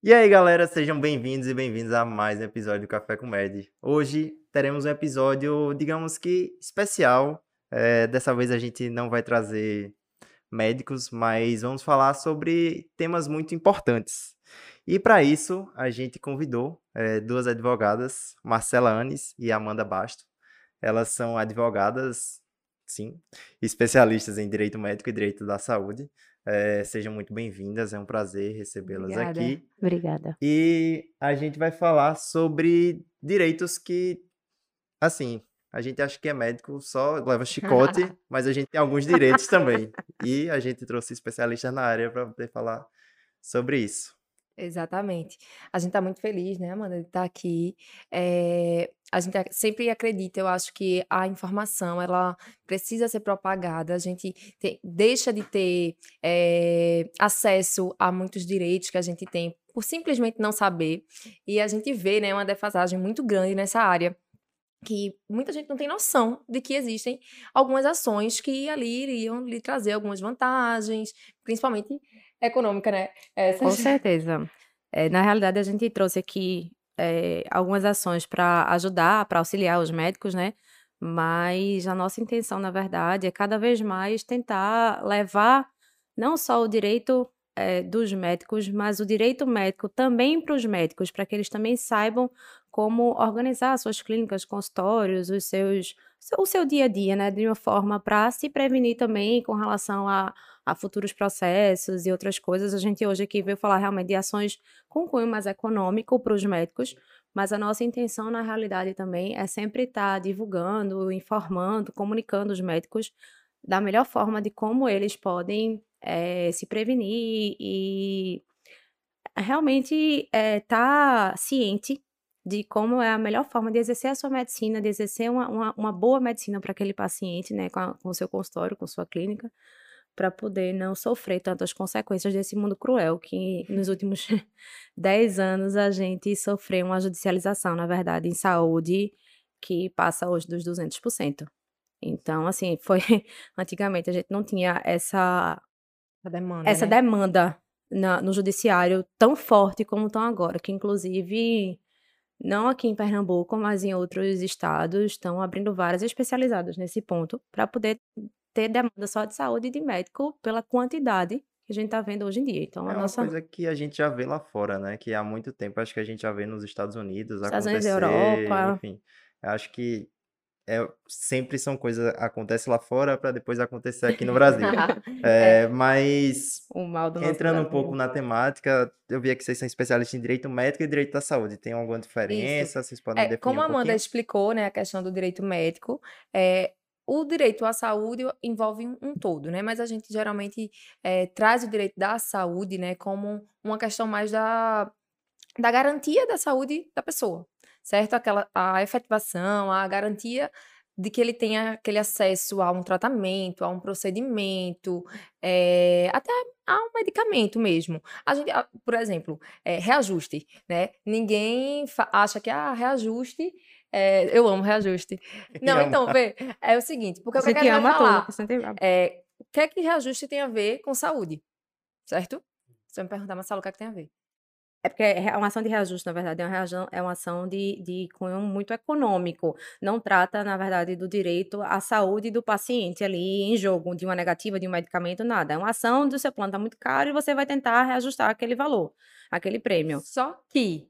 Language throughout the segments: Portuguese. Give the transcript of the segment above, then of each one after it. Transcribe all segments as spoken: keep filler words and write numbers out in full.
E aí, galera, sejam bem-vindos e bem-vindos a mais um episódio do Café com Med. Hoje teremos um episódio, digamos que especial. É, dessa vez a gente não vai trazer médicos, mas vamos falar sobre temas muito importantes. E para isso, a gente convidou é, duas advogadas, Marcela Anes e Amanda Basto. Elas são advogadas, sim, especialistas em direito médico e direito da saúde. É, sejam muito bem-vindas, é um prazer recebê-las Obrigada, aqui. obrigada. E a gente vai falar sobre direitos que, assim, a gente acha que é médico, só leva chicote, mas a gente tem alguns direitos também. E a gente trouxe especialistas na área para poder falar sobre isso. Exatamente. A gente está muito feliz, né, Amanda, de estar aqui. Eh, a gente ac sempre acredita, eu acho que a informação, ela precisa ser propagada, a gente te deixa de ter, eh, acesso a muitos direitos que a gente tem por simplesmente não saber, e a gente vê, né, uma defasagem muito grande nessa área, que muita gente não tem noção de que existem algumas ações que ali iriam lhe trazer algumas vantagens, principalmente econômica, né. Com Essas certeza. Eh, na realidade, a gente trouxe aqui, eh, algumas ações para ajudar, para auxiliar os médicos, né, mas a nossa intenção, na verdade, é cada vez mais tentar levar não só o direito, eh, dos médicos, mas o direito médico também para os médicos, para que eles também saibam como organizar suas clínicas, consultórios, os seus seu o seu dia a dia, né, de uma forma para se prevenir também com relação a a futuros processos e outras coisas. A gente hoje aqui veio falar realmente de ações com cunho mais econômico para os médicos, mas a nossa intenção, na realidade, também é sempre estar divulgando, informando, comunicando os médicos da melhor forma de como eles podem, eh, se prevenir e realmente, eh, estar ciente de como é a melhor forma de exercer a sua medicina, de exercer uma uma uma boa medicina para aquele paciente, né, com a com o seu consultório, com sua clínica, para poder não sofrer tantas consequências desse mundo cruel que nos últimos dez anos a gente sofreu uma judicialização, na verdade, em saúde, que passa hoje dos duzentos por cento. Então, assim, foi antigamente a gente não tinha essa a demanda, essa né. demanda na no judiciário tão forte como estão agora, que inclusive, não aqui em Pernambuco, mas em outros estados, estão abrindo várias especializadas nesse ponto, para poder ter demanda só de saúde e de médico pela quantidade que a gente está vendo hoje em dia. Então a É uma nossa coisa que a gente já vê lá fora, né? Que há muito tempo acho que a gente já vê nos Estados Unidos Estados Unidos, acontecer, Europa. enfim. Acho que é, sempre são coisas acontece lá fora para depois acontecer aqui no Brasil. É, É, mas O mal do nosso entrando um pouco Brasil. na temática, eu vi que vocês são especialistas em direito médico e direito da saúde. Tem alguma isso. diferença? Vocês podem É, definir como um a Amanda pouquinho? explicou, né, a questão do direito médico, eh, o direito à saúde envolve um um todo, né, mas a gente geralmente, eh, traz o direito da saúde, né, como uma questão mais da da garantia da saúde da pessoa, certo? Aquela a efetivação, a garantia de que ele tenha aquele acesso a um tratamento, a um procedimento, eh, até a um medicamento mesmo. A gente a por exemplo, eh, reajuste, né, ninguém fa acha que: "Ah, reajuste", eh, eu amo reajuste. E Não, então vê, é o seguinte, porque A o que é que a gente gente vai ama tudo, falar? que a gente ama. Eh, o que é que reajuste tem a ver com saúde, certo? Você vai me perguntar: "Marcelo, o que é que tem a ver?". É porque é é uma ação de reajuste, na verdade, é uma reação é uma ação de de cunho muito econômico, não trata, na verdade, do direito à saúde do paciente ali em jogo, de uma negativa, de um medicamento, nada. É uma ação do seu plano está muito caro e você vai tentar reajustar aquele valor, aquele prêmio. Só que,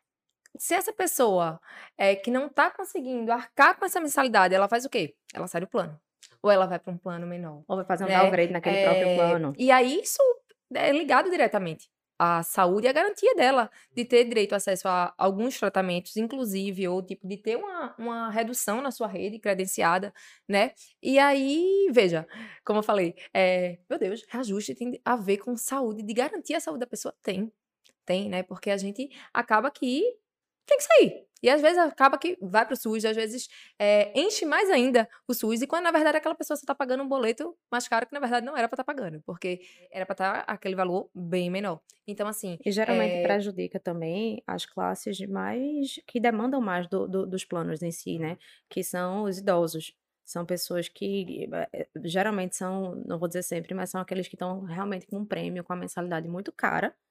se essa pessoa, eh, que não está conseguindo arcar com essa mensalidade, ela faz o quê? Ela sai do plano, ou ela vai para um plano menor, Ou vai fazer um né. downgrade naquele próprio Eh, plano. e aí isso é ligado diretamente à saúde e à garantia dela de ter direito a acesso a alguns tratamentos, inclusive, ou tipo de ter uma uma redução na sua rede credenciada, né. E aí, veja, como eu falei, eh, meu Deus, reajuste tem a ver com saúde, de garantir a saúde da pessoa? Tem, tem, né, porque a gente acaba que tem que sair. E às vezes acaba que vai para o SUS, às vezes, eh, enche mais ainda o SUS e quando na verdade aquela pessoa só está pagando um boleto mais caro que na verdade não era para estar pagando, porque era para estar aquele valor bem menor. Então assim, E geralmente eh prejudica também as classes de mais que demandam mais do do dos planos em si, né, que são os idosos. São pessoas que, eh, geralmente são, não vou dizer sempre, mas são aqueles que estão realmente com um prêmio, com a mensalidade muito cara,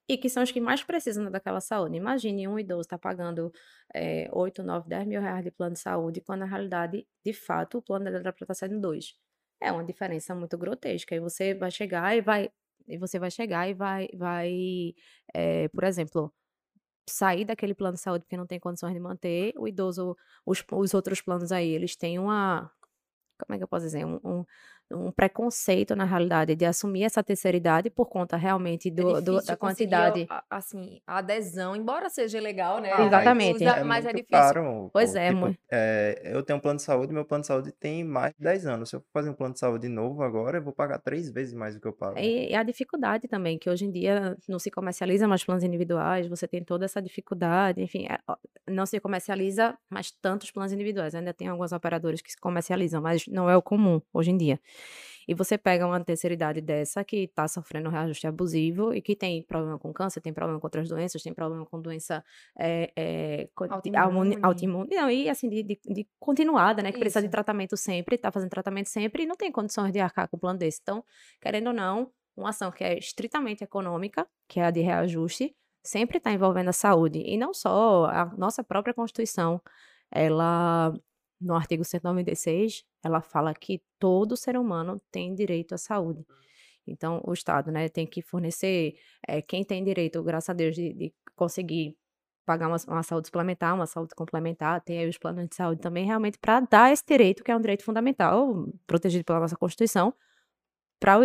e que são os que mais precisam daquela saúde. Imagine um idoso estar pagando é, oito, nove, dez mil reais de plano de saúde, quando na realidade, de fato, o plano dele era para estar sendo dois. É uma diferença muito grotesca. E você vai chegar e vai, e você vai chegar e vai, vai é, por exemplo, sair daquele plano de saúde porque não tem condições de manter, o idoso, os, os outros planos aí, eles têm uma, como é que eu posso dizer, um, um, um preconceito, na realidade, de assumir essa terceira idade por conta realmente É do, do- difícil da conseguir, a- quantidade. a- assim, a adesão, embora seja legal, né? Ah, A gente mas Exatamente. usa, é mas é muito difícil. caro, Pois pô. é, Tipo, mu- é, eu tenho um plano de saúde, meu plano de saúde tem mais de dez anos. Se eu for fazer um plano de saúde novo agora, eu vou pagar três vezes mais do que eu pago. e, e a dificuldade também, que hoje em dia não se comercializa mais planos individuais, você tem toda essa dificuldade, enfim, é, ó, não se comercializa mais tantos planos individuais, ainda tem alguns operadores que se comercializam, mas não é o comum hoje em dia. E você pega uma terceira idade dessa que está sofrendo reajuste abusivo e que tem problema com câncer, tem problema com outras doenças, tem problema com doença é, é, co- de- autoimune, Autoimune. autoimune, não, e assim, de, de, de continuada, né, que precisa de Isso. tratamento sempre, está fazendo tratamento sempre e não tem condições de arcar com um plano desse. Então, querendo ou não, uma ação que é estritamente econômica, que é a de reajuste, sempre está envolvendo a saúde. E não só a nossa própria Constituição, ela, no artigo cento e noventa e seis, ela fala que todo ser humano tem direito à saúde. Então, o Estado, né, tem que fornecer, eh, quem tem direito, graças a Deus, de, de conseguir pagar uma, uma saúde suplementar, uma saúde complementar, tem aí os planos de saúde também, realmente, para dar esse direito, que é um direito fundamental, protegido pela nossa Constituição, para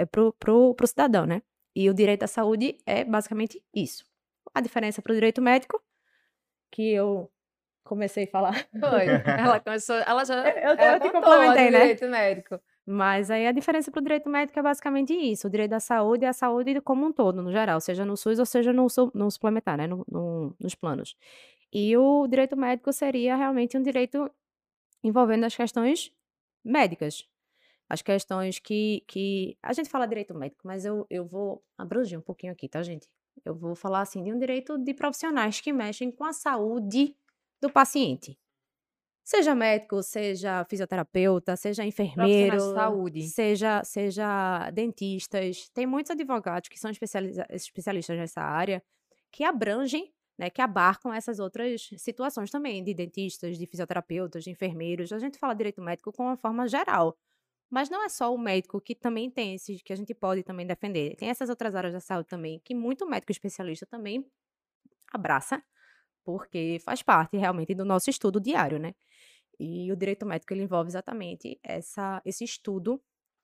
o cidadão, né? E o direito à saúde é basicamente isso. A diferença para o direito médico, que eu comecei a falar. Foi. Ela começou, ela já, Eu, eu, ela eu te contou a do complementei, né? direito médico. Mas aí a diferença para o direito médico é basicamente isso. O direito à saúde é a saúde como um todo, no geral, seja no SUS ou seja no, su- no suplementar, né? No, no- nos planos. E o direito médico seria realmente um direito envolvendo as questões médicas. As questões que, que... A gente fala direito médico, mas eu, eu vou abranger um pouquinho aqui, tá, gente? Eu vou falar, assim, de um direito de profissionais que mexem com a saúde do paciente. Seja médico, seja fisioterapeuta, seja enfermeiro, Profissionais de saúde. seja, seja dentistas. Tem muitos advogados que são especializa- especialistas nessa área, que abrangem, né, que abarcam essas outras situações também, de dentistas, de fisioterapeutas, de enfermeiros. A gente fala direito médico com uma forma geral. Mas não é só o médico que também tem esses, que a gente pode também defender. Tem essas outras áreas da saúde também, que muito médico especialista também abraça, porque faz parte realmente do nosso estudo diário, né? E o direito médico, ele envolve exatamente essa, esse estudo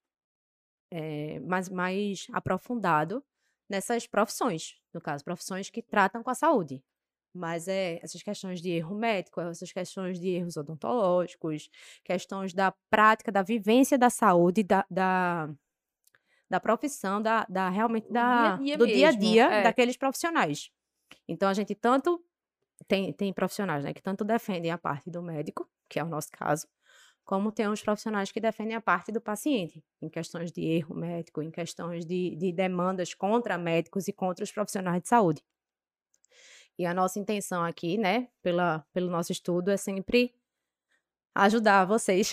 eh, mais, mais aprofundado nessas profissões, no caso, profissões que tratam com a saúde. Mas é essas questões de erro médico, essas questões de erros odontológicos, questões da prática, da vivência da saúde, da, da, da profissão, da, da realmente O dia a da, dia do dia a mesmo. dia É. daqueles profissionais. Então, a gente tanto tem, tem profissionais, né, que tanto defendem a parte do médico, que é o nosso caso, como tem os profissionais que defendem a parte do paciente, em questões de erro médico, em questões de, de demandas contra médicos e contra os profissionais de saúde. E a nossa intenção aqui, né, pela, pelo nosso estudo, é sempre ajudar vocês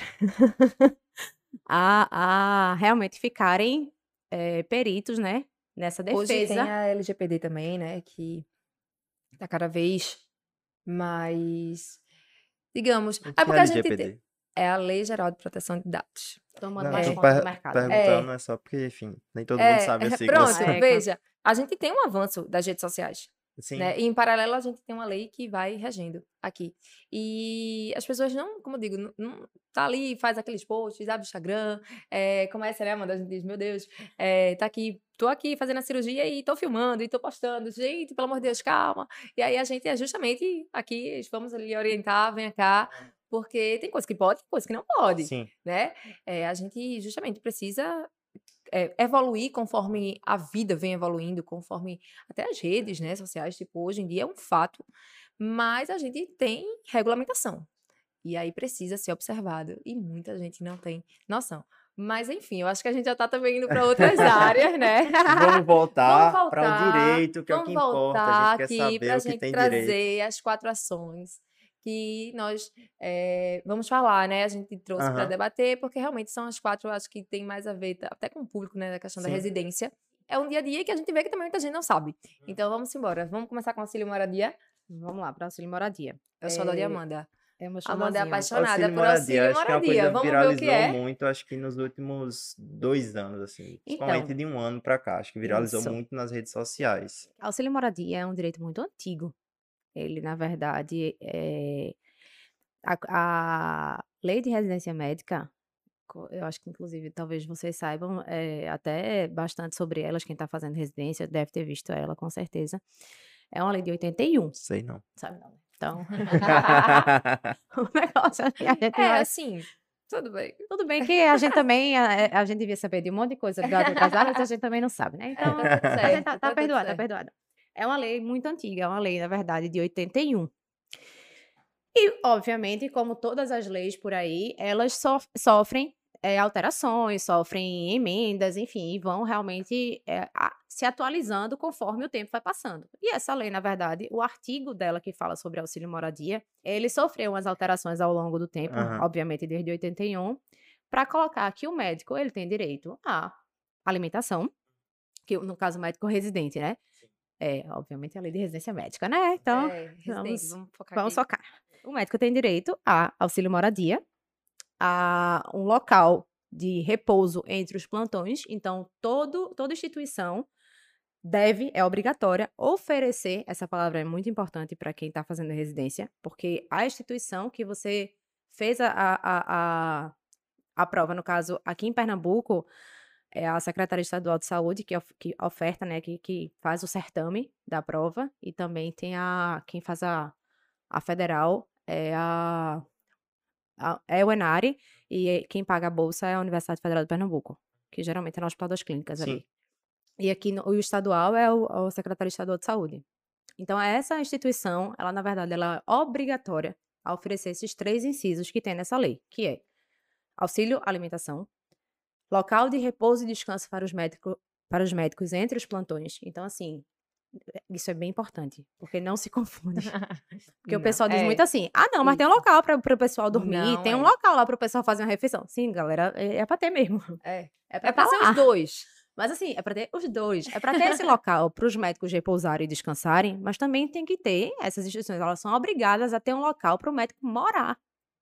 a, a realmente ficarem eh, peritos, né, nessa Hoje tem defesa. a L G P D também, né? Que tá cada vez mais, digamos. O É que é porque a gente tem. L G P D? É a Lei Geral de Proteção de Dados. Tomando Não, mais tô É, conta do per- mercado. perguntando, é, é só porque, enfim, nem todo mundo é, sabe as é, siglas. pronto, É, veja, a gente tem um avanço das redes sociais, Sim. né? E em paralelo a gente tem uma lei que vai regendo aqui. E as pessoas não, como eu digo, não, não tá ali, faz aqueles posts, abre o Instagram, é, começa, né, Amanda? A gente diz, meu Deus, é, tá aqui, tô aqui fazendo a cirurgia e tô filmando e tô postando. Gente, pelo amor de Deus, calma. E aí a gente é justamente aqui, vamos ali orientar, vem cá, porque tem coisa que pode, tem coisa que não pode, Sim. né? É, a gente justamente precisa é, evoluir conforme a vida vem evoluindo, conforme até as redes, né, sociais, tipo, hoje em dia é um fato, mas a gente tem regulamentação. E aí precisa ser observado. E muita gente não tem noção. Mas, enfim, eu acho que a gente já tá também indo para outras áreas, né? Vamos voltar Vamos para o voltar, direito, que é o vamos que importa. A voltar gente quer aqui saber para a o que gente tem direito. trazer as quatro ações que nós eh, vamos falar, né? A gente trouxe para Aham. debater, porque realmente são as quatro, eu acho que tem mais a ver, tá, até com o público, né? Da questão da Sim. residência. é um dia a dia que a gente vê que também muita gente não sabe. Então, vamos embora. Vamos começar com auxílio moradia? Vamos lá, para auxílio moradia. Eu sou a de É, Amanda. é uma Amanda é chamazinha. apaixonada Auxílio por moradia, auxílio acho que é uma moradia. coisa Vamos ver o que viralizou é. muito, acho que nos últimos dois anos, assim, Então, principalmente de um ano pra cá, acho que viralizou isso. muito nas redes sociais. Auxílio moradia é um direito muito antigo. Ele, na verdade, é a, a lei de residência médica, co- eu acho que, inclusive, talvez vocês saibam é, até bastante sobre elas, quem está fazendo residência deve ter visto ela, com certeza. É uma lei de oitenta e um, Sei não. sabe não, né? Então, o negócio é que a gente É, vai... assim, tudo bem. Tudo bem que a gente também, a, a gente devia saber de um monte de coisa das outras áreas, a gente também não sabe, né? Então, Tá tudo a gente certo, tá, tá tá tudo perdoada, tá certo. perdoada. É uma lei muito antiga, é uma lei, na verdade, de oitenta e um. E, obviamente, como todas as leis por aí, elas sof- sofrem é, alterações, sofrem emendas, enfim, e vão realmente é, a- se atualizando conforme o tempo vai passando. E essa lei, na verdade, o artigo dela que fala sobre auxílio moradia, ele sofreu umas alterações ao longo do tempo, Aham. obviamente desde oitenta e um, para colocar que o médico ele tem direito à alimentação, que no caso o médico residente, né? É, obviamente, a lei de residência médica, né? Então, É, residente, vamos, vamos focar vamos aqui. focar. O médico tem direito a auxílio moradia, a um local de repouso entre os plantões. Então, todo, toda instituição deve, é obrigatória, oferecer, essa palavra é muito importante para quem está fazendo residência, porque a instituição que você fez a, a, a, a, a prova, no caso, aqui em Pernambuco, é a Secretaria Estadual de Saúde que, of- que oferta, né, que, que faz o certame da prova, e também tem a, quem faz a, a federal, é a a- é o Enare, e eh, quem paga a bolsa é a Universidade Federal de Pernambuco, que geralmente é no Hospital das Clínicas Sim. ali. E aqui no, o estadual é o, o Secretaria Estadual de Saúde. Então, essa instituição, ela, na verdade, ela é obrigatória a oferecer esses três incisos que tem nessa lei, que é auxílio alimentação, local de repouso e descanso para os médicos, para os médicos entre os plantões. Então, assim, isso é bem importante, porque não se confunde. Porque o Não, pessoal diz muito é, assim: ah, não, mas tem um isso. local para o pessoal dormir, Não tem um é. local lá para o pessoal fazer uma refeição. Sim, galera, é, é para ter mesmo. É. É para É pra estar ser lá. os dois. Mas assim, é para ter os dois. É para ter esse local para os médicos repousarem e descansarem, mas também tem que ter, essas instituições, elas são obrigadas a ter um local para o médico morar.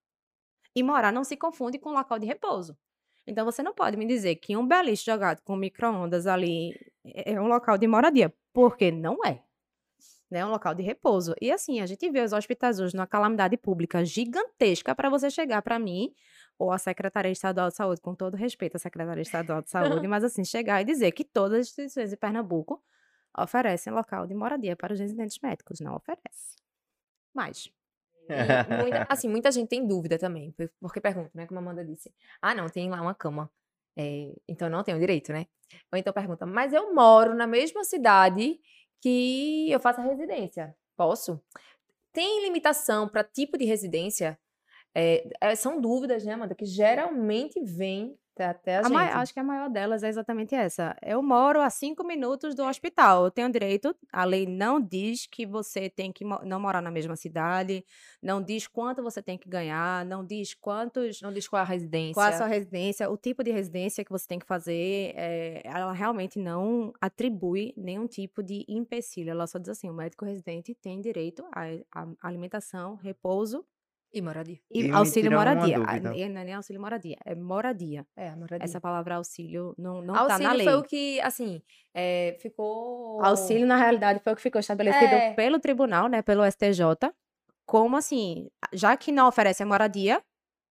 E morar não se confunde com local de repouso. Então você não pode me dizer que um beliche jogado com micro-ondas ali é é um local de moradia, porque não é. Né, um local de repouso. E assim, a gente vê os hospitais hoje numa calamidade pública gigantesca para você chegar para mim, ou a Secretaria Estadual de Saúde, com todo respeito à Secretaria Estadual de Saúde, mas assim, chegar e dizer que todas as instituições de Pernambuco oferecem local de moradia para os residentes médicos. Não oferece. Mas, E muita, assim, muita gente tem dúvida também, por- porque pergunta, né? Como a Amanda disse. Ah, não, tem lá uma cama. É, então eu não tenho direito, né? Ou então pergunta, mas eu moro na mesma cidade que eu faço a residência. Posso? Tem limitação para tipo de residência? É, é, são dúvidas, né, Amanda, que geralmente vêm até a a mai- gente. acho que a maior delas é exatamente essa. Eu moro a cinco minutos do hospital. Eu tenho direito. A lei não diz que você tem que mo- não morar na mesma cidade, não diz quanto você tem que ganhar, não diz quantos Não diz qual é a qual a residência. sua residência, o tipo de residência que você tem que fazer, eh, ela realmente não atribui nenhum tipo de empecilho. Ela só diz assim: o médico residente tem direito à à alimentação, repouso E moradia. e E me auxílio tira uma moradia. Ah, dúvida. e não é nem auxílio moradia, é moradia. É, a moradia. Essa palavra auxílio não, não tá na Auxílio foi o lei. que, assim, é, ficou. Auxílio, na realidade, foi o que ficou estabelecido É, pelo tribunal, né, pelo S T J, como assim, já que não oferece a moradia,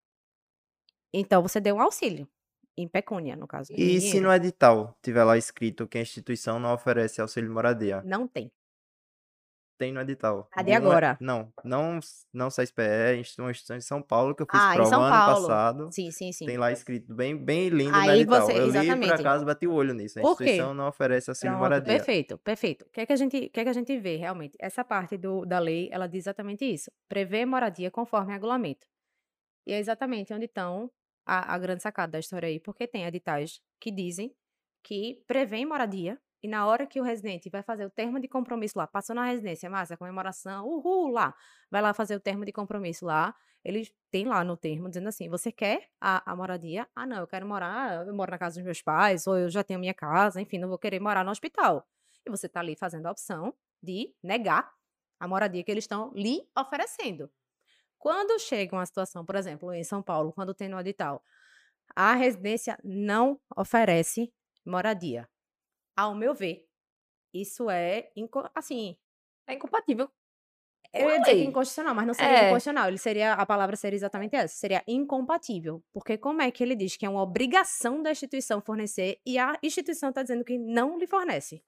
então você deu um auxílio, em pecúnia, no caso, em E se dinheiro. no edital tiver lá escrito que a instituição não oferece auxílio moradia? Não tem. Tem no edital. A de De uma, agora. não, não, não C S P E, instu- uma instituição de São Paulo que eu fiz Ah, em prova São ano Paulo. passado. Sim, sim, sim. Tem lá escrito bem, bem lindo no Aí edital. você, Eu li, por exatamente. acaso, bati o olho nisso. A Por quê? instituição não oferece auxílio Pronto, moradia. perfeito, perfeito. O que é que a gente, o que é que a gente vê realmente? Essa parte do, da lei, ela diz exatamente isso. Prevê moradia conforme regulamento. E é exatamente onde estão a, a grande sacada da história aí, porque tem editais que dizem que prevêem moradia, E na hora que o residente vai fazer o termo de compromisso lá, passou na residência, massa, comemoração, uhul, lá, vai lá fazer o termo de compromisso lá, eles têm lá no termo dizendo assim, você quer a, a moradia? Ah, não, eu quero morar, eu moro na casa dos meus pais, ou eu já tenho minha casa, enfim, não vou querer morar no hospital. E você está ali fazendo a opção de negar a moradia que eles estão lhe oferecendo. Quando chega uma situação, por exemplo, em São Paulo, quando tem no edital, a residência não oferece moradia. Ao meu ver, isso é, inco- assim, É incompatível com eu ia a dizer que é lei. inconstitucional, mas não seria É, inconstitucional, ele seria, a palavra seria exatamente essa, seria incompatível. Porque como é que ele diz que é uma obrigação da instituição fornecer e a instituição está dizendo que não lhe fornece?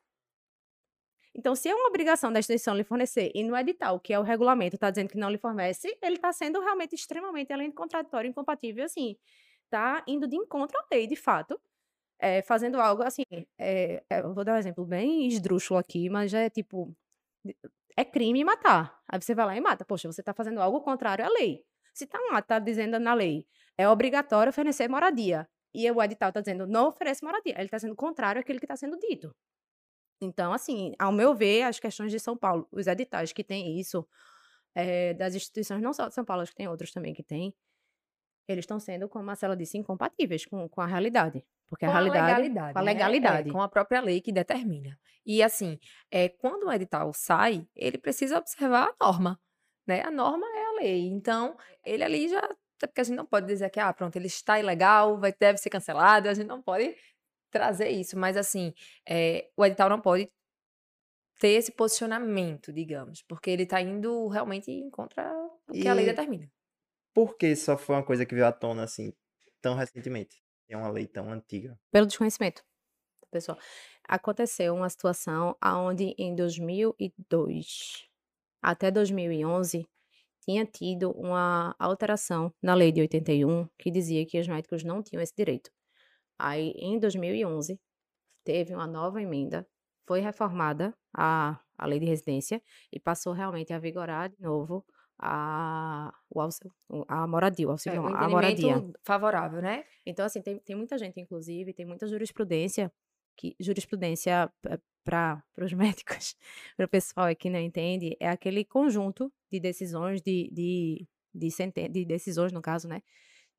Então, se é uma obrigação da instituição lhe fornecer e no edital, que é o regulamento, está dizendo que não lhe fornece, ele está sendo realmente extremamente, além de contraditório, incompatível, assim, está indo de encontro à lei, de fato, é, fazendo algo assim, é, é, eu vou dar um exemplo bem esdrúxulo aqui, mas é tipo, é crime matar. Aí você vai lá e mata. Poxa, você está fazendo algo contrário à lei. Se tá lá, tá dizendo na lei, é obrigatório oferecer moradia, e o edital está dizendo não oferece moradia, ele está sendo contrário àquilo que está sendo dito. Então, assim, ao meu ver, as questões de São Paulo, os editais que têm isso, eh, das instituições, não só de São Paulo, acho que tem outros também que têm, eles estão sendo, como a Marcela disse, incompatíveis com, com a realidade. Porque a com a realidade, com a legalidade, né? É, legalidade. com a própria lei que determina. E assim, é, quando o edital sai, ele precisa observar a norma, né? A norma é a lei. Então, ele ali já. Até porque a gente não pode dizer que, ah, pronto, ele está ilegal, vai, deve ser cancelado, a gente não pode trazer isso. Mas assim, é, o edital não pode ter esse posicionamento, digamos, porque ele está indo realmente em contra o que a lei E determina. por que só foi uma coisa que veio à tona assim tão recentemente? É uma lei tão antiga. Pelo desconhecimento, pessoal. Aconteceu uma situação aonde em dois mil e dois até dois mil e onze tinha tido uma alteração na lei de oitenta e um que dizia que os médicos não tinham esse direito. Aí, em dois mil e onze, teve uma nova emenda, foi reformada a, a lei de residência e passou realmente a vigorar de novo a, o auxílio, a moradia, o É, auxílio, o não, a moradia. entendimento favorável, né? Então, assim, tem, tem muita gente, inclusive, tem muita jurisprudência, que jurisprudência para os médicos, para o pessoal aí que não entende, é aquele conjunto de decisões, de, de, de, senten de decisões, no caso, né?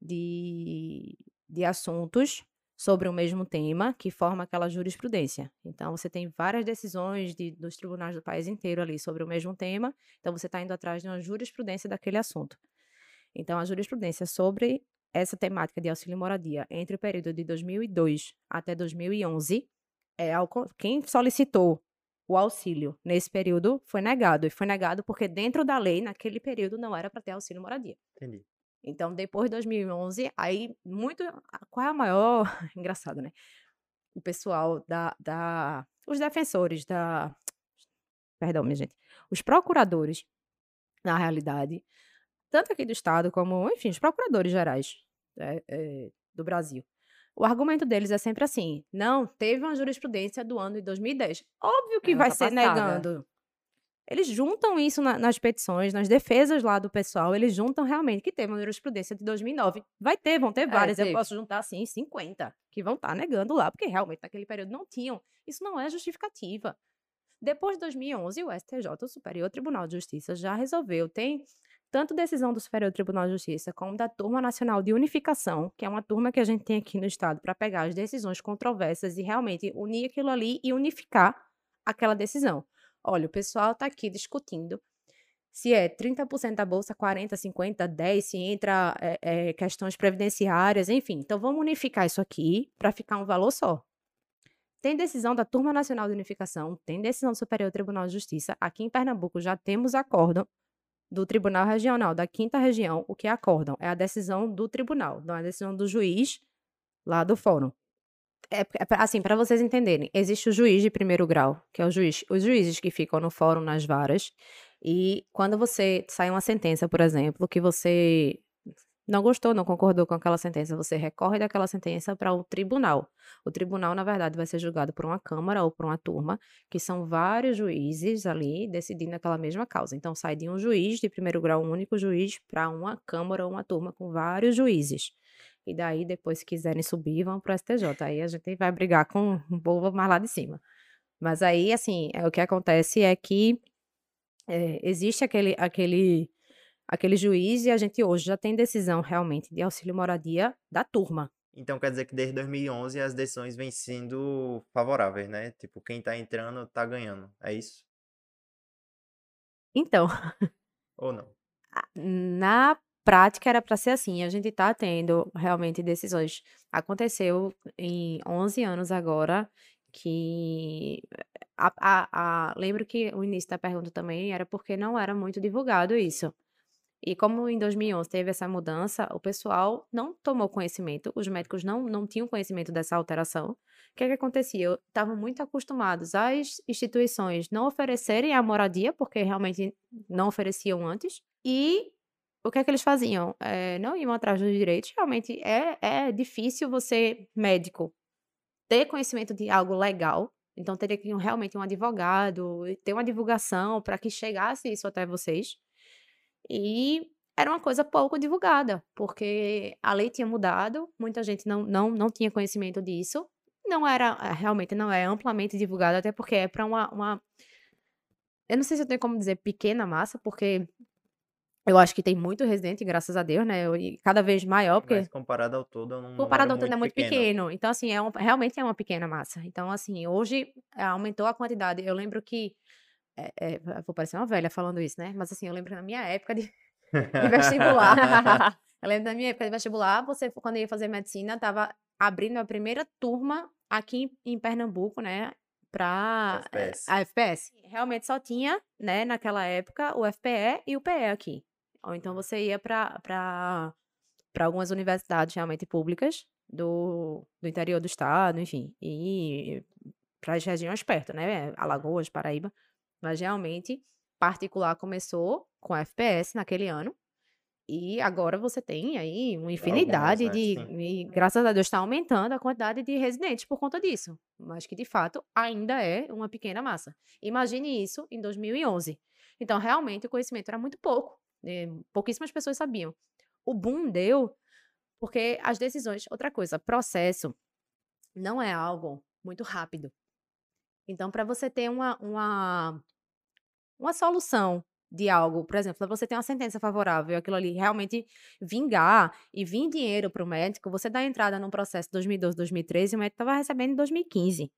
De, de assuntos sobre o mesmo tema que forma aquela jurisprudência. Então, você tem várias decisões de, dos tribunais do país inteiro ali sobre o mesmo tema, então você está indo atrás de uma jurisprudência daquele assunto. Então, a jurisprudência sobre essa temática de auxílio moradia entre o período de dois mil e dois até dois mil e onze, é, ao, quem solicitou o auxílio nesse período foi negado. E foi negado porque dentro da lei, naquele período, não era para ter auxílio moradia. Entendi. Então, depois de dois mil e onze, aí muito. Qual é a maior. Engraçado, né? O pessoal da, da. Os defensores da. Perdão, minha gente. Os procuradores, na realidade, tanto aqui do Estado como, enfim, os procuradores gerais é, é, do Brasil. O argumento deles é sempre assim: não, teve uma jurisprudência do ano de dois mil e dez. Óbvio que Ela vai tá ser passada. negando. Eles juntam isso na- nas petições, nas defesas lá do pessoal, eles juntam realmente que teve uma jurisprudência de dois mil e nove. Vai ter, vão ter É, várias. Eu teve. posso juntar, assim, cinquenta, que vão estar negando lá, porque realmente naquele período não tinham. Isso não é justificativa. Depois de dois mil e onze, o S T J, o Superior Tribunal de Justiça, já resolveu. Tem tanto decisão do Superior Tribunal de Justiça como da Turma Nacional de Unificação, que é uma turma que a gente tem aqui no Estado para pegar as decisões controversas e realmente unir aquilo ali e unificar aquela decisão. Olha, o pessoal está aqui discutindo se é trinta por cento da bolsa, quarenta, cinquenta, dez, se entra é, é, questões previdenciárias, enfim. Então, vamos unificar isso aqui para ficar um valor só. Tem decisão da Turma Nacional de Unificação, tem decisão do Superior Tribunal de Justiça. Aqui em Pernambuco já temos acórdão do Tribunal Regional da Quinta Região. O que é acórdão? É a decisão do tribunal, não é a decisão do juiz lá do fórum. É, é pra- assim, para vocês entenderem, existe o juiz de primeiro grau, que é o juiz, os juízes que ficam no fórum, nas varas, e quando você sai uma sentença, por exemplo, que você não gostou, não concordou com aquela sentença, você recorre daquela sentença para o tribunal. O tribunal, na verdade, vai ser julgado por uma câmara ou por uma turma, que são vários juízes ali decidindo aquela mesma causa. Então, sai de um juiz de primeiro grau, um único juiz, para uma câmara ou uma turma com vários juízes. E daí, depois, se quiserem subir, vão para o S T J. Aí a gente vai brigar com o povo mais lá de cima. Mas aí, assim, é, o que acontece é que é, existe aquele, aquele, aquele juiz e a gente hoje já tem decisão realmente de auxílio moradia da turma. Então quer dizer que desde dois mil e onze as decisões vêm sendo favoráveis, né? Tipo, quem tá entrando tá ganhando. É isso? Então, Ou não? na prática era para ser assim, a gente está tendo realmente decisões. Aconteceu em onze anos agora que a, a, a- lembro que o início da pergunta também era porque não era muito divulgado isso. E como em dois mil e onze teve essa mudança, o pessoal não tomou conhecimento, os médicos não, não tinham conhecimento dessa alteração. O que é que acontecia? Estavam muito acostumados às instituições não oferecerem a moradia, porque realmente não ofereciam antes, e o que é que eles faziam? Eh, não iam atrás dos direitos. Realmente é, é difícil você, médico, ter conhecimento de algo legal. Então teria que ir realmente um advogado, e ter uma divulgação para que chegasse isso até vocês. E era uma coisa pouco divulgada, porque a lei tinha mudado, muita gente não não não tinha conhecimento disso, não era eh, realmente não é amplamente divulgado, até porque é para uma uma eu não sei se eu tenho como dizer pequena massa, porque eu acho que tem muito residente, graças a Deus, né, e cada vez maior, Mas porque comparado ao todo é um número comparado ao todo é muito muito pequeno. pequeno. Então, assim, é um realmente é uma pequena massa. Então, assim, hoje, eh, aumentou a quantidade. Eu lembro que, eh eh, vou parecer uma velha falando isso, né, mas, assim, eu lembro na minha época de de vestibular. Eu lembro da minha época de vestibular, você quando ia fazer medicina, estava abrindo a primeira turma aqui em em Pernambuco, né, pra, eh, F P S. a F P S. Realmente só tinha, né, naquela época, o F P E e o P E aqui. Ou então você ia pra pra pra algumas universidades realmente públicas do do interior do estado, enfim, e para as regiões perto, né, Alagoas, Paraíba. Mas realmente, particular começou com a F P S naquele ano, e agora você tem aí uma Algumas, infinidade né? de Sim. e graças a Deus está aumentando a quantidade de residentes por conta disso, mas que de fato ainda é uma pequena massa. Imagine isso em dois mil e onze. Então realmente o conhecimento era muito pouco, eh, pouquíssimas pessoas sabiam. O boom deu porque as decisões outra coisa, processo não é algo muito rápido. Então para você ter uma uma uma solução de algo, por exemplo, pra você ter uma sentença favorável, aquilo ali realmente vingar e vir dinheiro para o médico, você dá entrada num processo dois mil e doze, dois mil e treze, o médico estava recebendo em dois mil e quinze,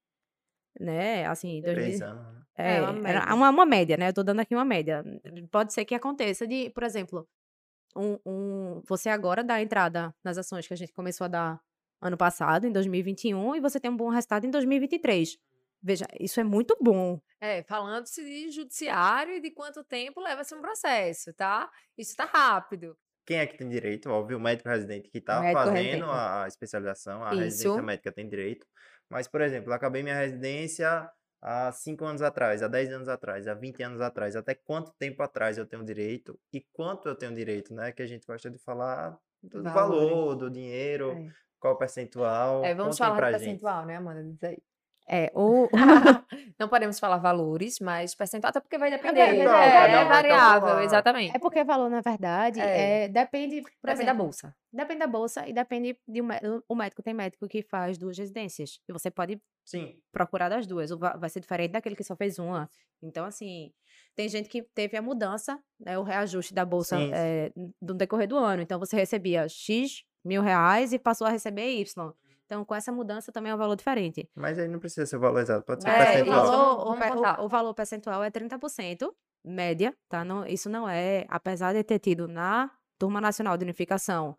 né, assim, dois Três mil anos, né? É uma é, era média. uma uma média, né, eu tô dando aqui uma média. Pode ser que aconteça de, por exemplo, um um você agora dá entrada nas ações que a gente começou a dar ano passado, em dois mil e vinte e um, e você tem um bom resultado em dois mil e vinte e três. Veja, isso é muito bom. É, falando-se de judiciário e de quanto tempo leva-se um processo, tá? Isso tá rápido. Quem é que tem direito? Óbvio, o médico residente que O está médico fazendo residente. a a especialização, a residência Isso. médica tem direito. Mas, por exemplo, eu acabei minha residência há cinco anos atrás, há dez anos atrás, há vinte anos atrás. Até quanto tempo atrás eu tenho direito e quanto eu tenho direito, né? Que a gente gosta de falar do Valores. valor, do dinheiro, É. qual o É, percentual. vamos Contem falar de pra gente. percentual, né, Amanda? Diz aí. É, o Não podemos falar valores, mas percentual, até porque vai depender. Percentual, É, cada é um vai variável, calcular. exatamente. É porque valor, na verdade, É, é, depende, por depende da exemplo, bolsa. depende da bolsa e depende de um, mé- o médico. Tem médico que faz duas residências e você pode Sim, procurar das duas. o va- Vai ser diferente daquele que só fez uma. Então, assim, tem gente que teve a mudança, né, o reajuste da bolsa sim, sim. é, no decorrer do ano. Então, você recebia X mil reais e passou a receber Y. Então, com essa mudança também é um valor diferente. Mas aí não precisa ser valorizado, pode ser É, É, o isso, percentual. vamos, valor, o, vamos pe- o- contar. o valor percentual é trinta por cento, média, tá? Não, isso não é, apesar de ter tido na Turma Nacional de Unificação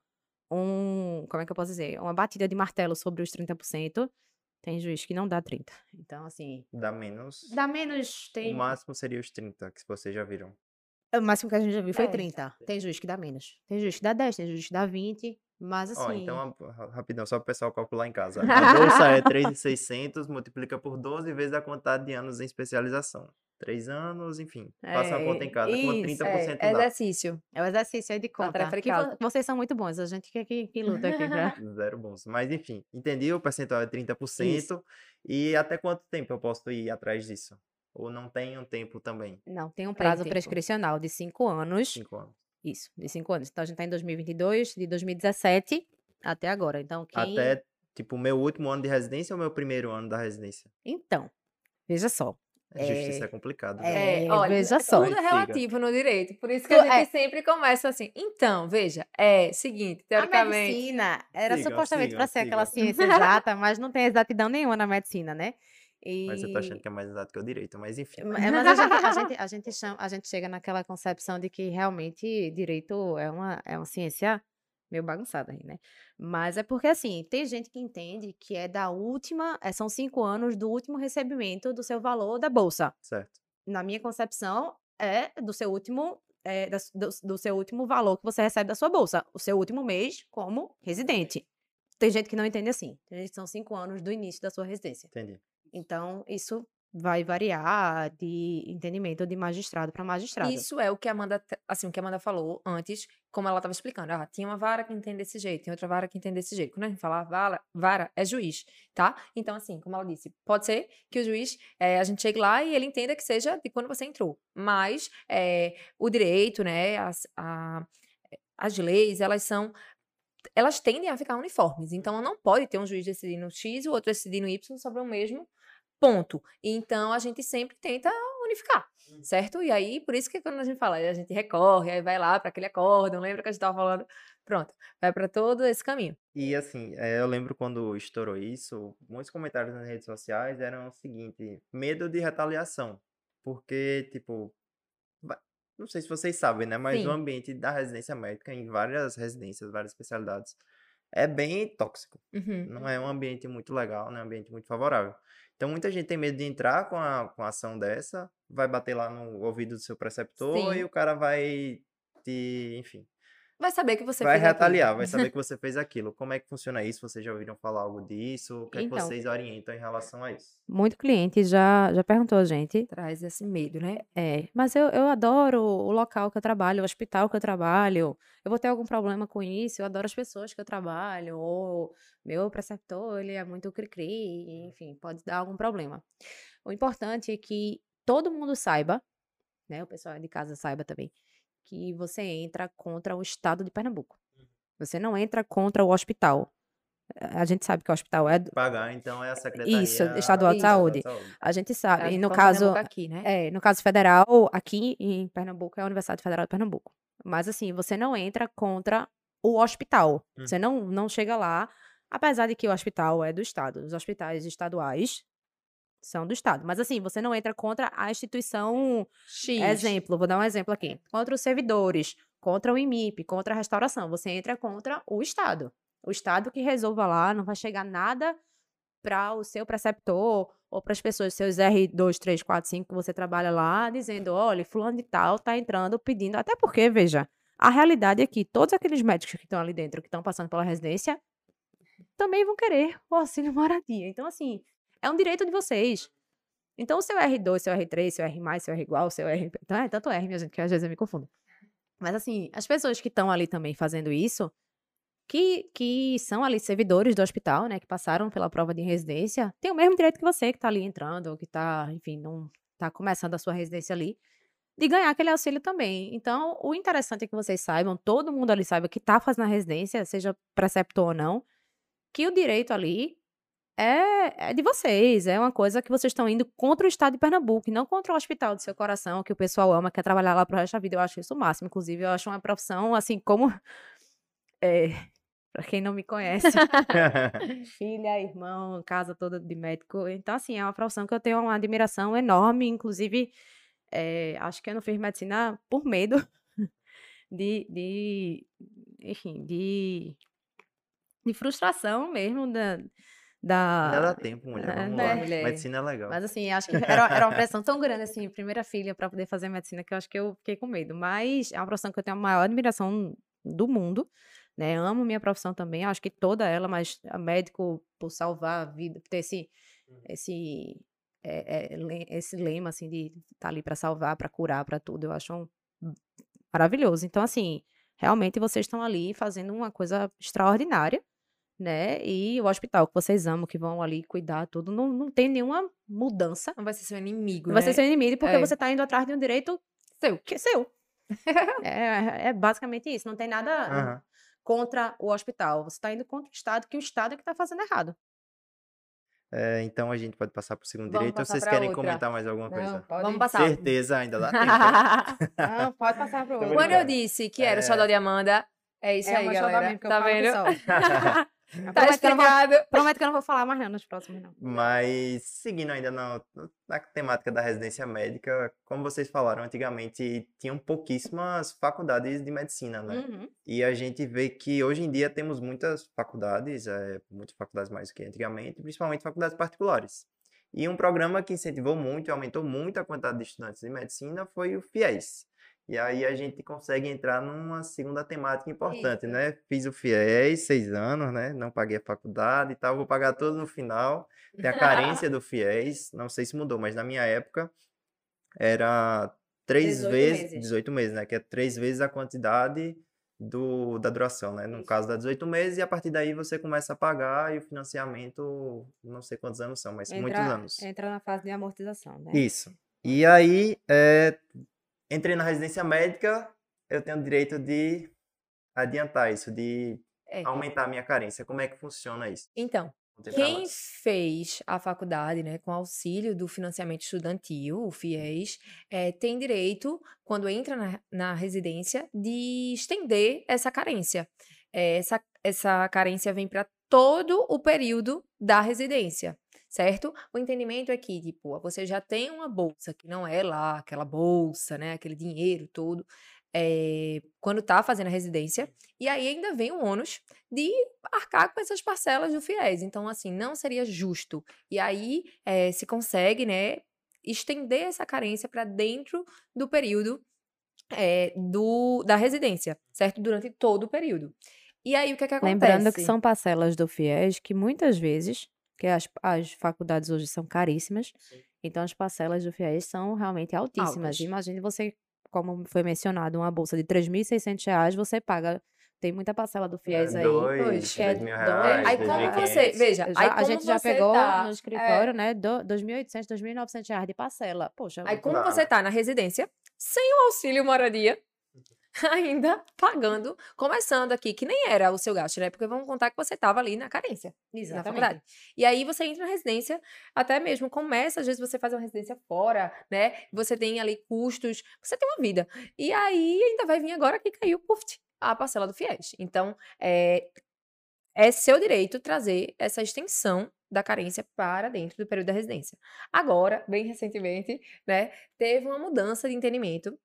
um, como é que eu posso dizer? Uma batida de martelo sobre os trinta por cento, tem juiz que não dá trinta. Então, assim, Dá menos. dá menos, O tem. máximo seria os trinta, que vocês já viram. O máximo que a gente já viu foi É. trinta. Tem juiz que dá menos. Tem juiz que dá dez, tem juiz que dá vinte, mas Ó, então, assim. a- ra- rapidão, só para o pessoal calcular em casa. A bolsa é três mil e seiscentos, multiplica por doze vezes a quantidade de anos em especialização. Três anos, enfim. Faça uma conta em É, casa. Quanto isso. trinta por É, cento dá? exercício. É o exercício aí de Uma conta. tarefa de Que vo- casa. vocês são muito bons, a gente que, que, que luta aqui pra. Zero bons. Mas, enfim, entendi. O percentual é trinta por Isso. cento. E até quanto tempo eu posso ir atrás disso? Ou não tem um tempo também? Não, tem um Tem prazo tempo. prescricional de cinco anos. Cinco anos. Isso, de cinco anos. Então, a gente tá em dois mil e vinte e dois, de dois mil e dezessete até agora. Então, quem. Até, tipo, o meu último ano de residência ou o meu primeiro ano da residência? Então, Veja só. Justiça é É, complicado, viu? É, é, olha, veja só. tudo é Mas siga. relativo no direito, por isso que Tu- a gente é, sempre começa assim. Então, veja, é seguinte, a teoricamente. medicina era Sigam, supostamente para sigam, ser aquela sigam. ciência exata, mas não tem exatidão nenhuma na medicina, né? Mas eu tô achando E que é mais exato que o direito, mas enfim. é, mas a gente, a gente, a gente chama, a gente chega naquela concepção de que realmente direito é uma, é uma ciência meio bagunçada aí, né? Mas é porque, assim, tem gente que entende que é da última, é, são cinco anos do último recebimento do seu valor da bolsa. Certo. Na minha concepção, é do seu último, é, da- do, do seu último valor que você recebe da sua bolsa, o seu último mês como residente. Tem gente que não entende assim. Tem gente que são cinco anos do início da sua residência. Entendi. Então, isso vai variar de entendimento de magistrado para magistrado. Isso é o que a Amanda, te- assim, o que a Amanda falou antes, como ela estava explicando. Ah, tinha uma vara que entende desse jeito, tem outra vara que entende desse jeito. Quando a gente fala vara, vara é juiz, tá? Então, assim, como ela disse, pode ser que o juiz, eh, a gente chegue lá e ele entenda que seja de quando você entrou. Mas eh, o direito, né, as, a- as leis, elas são elas tendem a ficar uniformes. Então, não pode ter um juiz decidindo X e o outro decidindo Y sobre o mesmo ponto. Então, a gente sempre tenta unificar, certo? E aí, por isso que quando a gente fala, a gente recorre, aí vai lá para aquele acórdão, lembra que a gente estava falando? Pronto, vai para todo esse caminho. E assim, eh, eu lembro quando estourou isso, muitos comentários nas redes sociais eram o seguinte, medo de retaliação. Porque, tipo, va- não sei se vocês sabem, né? Mas o Sim. ambiente da residência médica em várias residências, várias especialidades, é bem tóxico. Uhum. Não é um ambiente muito legal, não é um ambiente muito favorável. Então, muita gente tem medo de entrar com a, com a ação dessa, vai bater lá no ouvido do seu preceptor e Sim. o cara vai te, enfim, Vai saber que você vai fez aquilo. retaliar, vai saber que você fez aquilo. Como é que funciona isso? Vocês já ouviram falar algo disso? O que é que Então, vocês orientam em relação a isso? muito cliente já, já perguntou a gente. Traz esse medo, né? É, mas eu, eu adoro o local que eu trabalho, o hospital que eu trabalho. Eu vou ter algum problema com isso? Eu adoro as pessoas que eu trabalho. Ou meu preceptor, ele é muito cri-cri, enfim, pode dar algum problema. O importante é que todo mundo saiba, né? O pessoal de casa saiba também, que você entra contra o estado de Pernambuco. Você não entra contra o hospital. A gente sabe que o hospital é do- Pagar, então, é a isso, Secretaria estadual de Isso. Estadual de Saúde. Saúde. A gente É sabe. a E de no Pernambuco caso, aqui, né? é, no caso federal, aqui em Pernambuco é a Universidade Federal de Pernambuco. Mas assim, você não entra contra o hospital. Hum. Você não, não chega lá, apesar de que o hospital é do estado. Os hospitais estaduais são do estado. Mas assim, você não entra contra a instituição. X. Exemplo, vou dar um exemplo aqui. Contra os servidores, contra o I M I P, contra a restauração. Você entra contra o Estado. O Estado que resolva lá, não vai chegar nada para o seu preceptor ou para as pessoas, seus R dois, três, quatro, cinco que você trabalha lá, dizendo, olha, fulano de tal tá entrando pedindo. Até porque, veja, a realidade é que todos aqueles médicos que estão ali dentro, que estão passando pela residência, também vão querer o auxílio moradia. Então, assim, é um direito de vocês. Então, o seu R dois, seu R três, seu R mais, seu R igual, seu R. Então, é tanto R, minha gente, que às vezes eu me confundo. Mas, assim, as pessoas que estão ali também fazendo isso, que, que são ali servidores do hospital, né, que passaram pela prova de residência, tem o mesmo direito que você que está ali entrando, ou que está, enfim, não está começando a sua residência ali, de ganhar aquele auxílio também. Então, o interessante é que vocês saibam, todo mundo ali saiba que está fazendo a residência, seja preceptor ou não, que o direito ali é, é de vocês, é uma coisa que vocês estão indo contra o estado de Pernambuco, e não contra o hospital do seu coração, que o pessoal ama, quer trabalhar lá pro resto da vida. Eu acho isso o máximo. Inclusive, eu acho uma profissão, assim, como. É, para quem não me conhece, filha, irmão, casa toda de médico. Então, assim, é uma profissão que eu tenho uma admiração enorme. Inclusive, é, acho que eu não fiz medicina por medo de, de enfim, de, de frustração mesmo da. Ainda dá da tempo, mulher, é, vamos né? lá. mulher. Medicina é legal. Mas assim, acho que era, era uma pressão tão grande, assim, primeira filha para poder fazer medicina, que eu acho que eu fiquei com medo. Mas é uma profissão que eu tenho a maior admiração do mundo, né? Amo minha profissão também, acho que toda ela, mas a médico por salvar a vida, ter esse, esse, é, é, le- esse lema, assim, de estar ali para salvar, para curar, para tudo, eu acho um- maravilhoso. Então, assim, realmente vocês estão ali fazendo uma coisa extraordinária, né? E o hospital que vocês amam, que vão ali cuidar tudo, não, não tem nenhuma mudança. Não vai ser seu inimigo, Não vai né? ser seu inimigo, porque É. você tá indo atrás de um direito Seu. que é seu. é, é basicamente isso. Não tem nada Aham. contra o hospital. Você tá indo contra o Estado, que o Estado é que tá fazendo errado. É, então a gente pode passar para o segundo Vamos direito ou passar vocês pra querem outra. comentar mais alguma Não, coisa? pode. Vamos passar. Certeza, ainda dá tempo. hein? Não, pode passar pro Tô outro. Quando eu brincando. disse que era o É. xodó de Amanda, é isso É o aí, meu xodó galera. mesmo, que eu Tá falo que vendo? só. Tá Prometo que eu não vou- explicado. Prometo que eu não vou falar mais não nos próximos, não. Mas seguindo ainda na, na temática da residência médica, como vocês falaram, antigamente tinham pouquíssimas faculdades de medicina, né? Uhum. E a gente vê que hoje em dia temos muitas faculdades, é, muitas faculdades mais do que antigamente, principalmente faculdades particulares. E um programa que incentivou muito e aumentou muito a quantidade de estudantes de medicina foi o FIES. E aí a gente consegue entrar numa segunda temática importante, Isso. né? Fiz o FIES, seis anos, né? Não paguei a faculdade e tal, vou pagar tudo no final. Tem a carência do FIES, não sei se mudou, mas na minha época era três dezoito vezes, meses. dezoito meses, né? Que é três vezes a quantidade do, da duração, né? No Isso. caso dá dezoito meses e a partir daí você começa a pagar e o financiamento, não sei quantos anos são, mas muitos Entra, anos. entra na fase de amortização, né? Isso. E aí, é, entrei na residência médica, eu tenho o direito de adiantar isso, de É. aumentar a minha carência. Como é que funciona isso? Então, Conta pra quem nós. fez a faculdade, né, com auxílio do financiamento estudantil, o FIES, eh, tem direito, quando entra na, na residência, de estender essa carência. Eh, essa, essa carência vem para todo o período da residência, certo? O entendimento é que, tipo, você já tem uma bolsa, que não é lá aquela bolsa, né, aquele dinheiro todo, eh, quando tá fazendo a residência, e aí ainda vem o ônus de arcar com essas parcelas do FIES. Então, assim, não seria justo. E aí eh, se consegue, né, estender essa carência para dentro do período eh, do, da residência, certo? Durante todo o período. E aí, o que é que acontece? Lembrando que são parcelas do FIES que muitas vezes, que as, as faculdades hoje são caríssimas, então as parcelas do FIES são realmente altíssimas. Altas. Imagine você, como foi mencionado, uma bolsa de três mil e seiscentos reais, você paga, tem muita parcela do FIES É aí. dois, que é dois mil dois, reais, Aí dois como mil e você, quinhentos. veja, Já- aí a como gente já você pegou tá, no é, escritório, né, do, dois mil e oitocentos, dois mil e novecentos reais de parcela. Poxa, aí como Dá. você tá na residência, sem o auxílio moradia, ainda pagando, começando aqui, que nem era o seu gasto, né? Porque vamos contar que você tava ali na carência, na exatamente. faculdade. E aí você entra na residência, até mesmo começa, às vezes você faz uma residência fora, né? Você tem ali custos, você tem uma vida. E aí ainda vai vir agora que caiu, puf, a parcela do FIES. Então, é, é seu direito trazer essa extensão da carência para dentro do período da residência. Agora, bem recentemente, né, teve uma mudança de entendimento.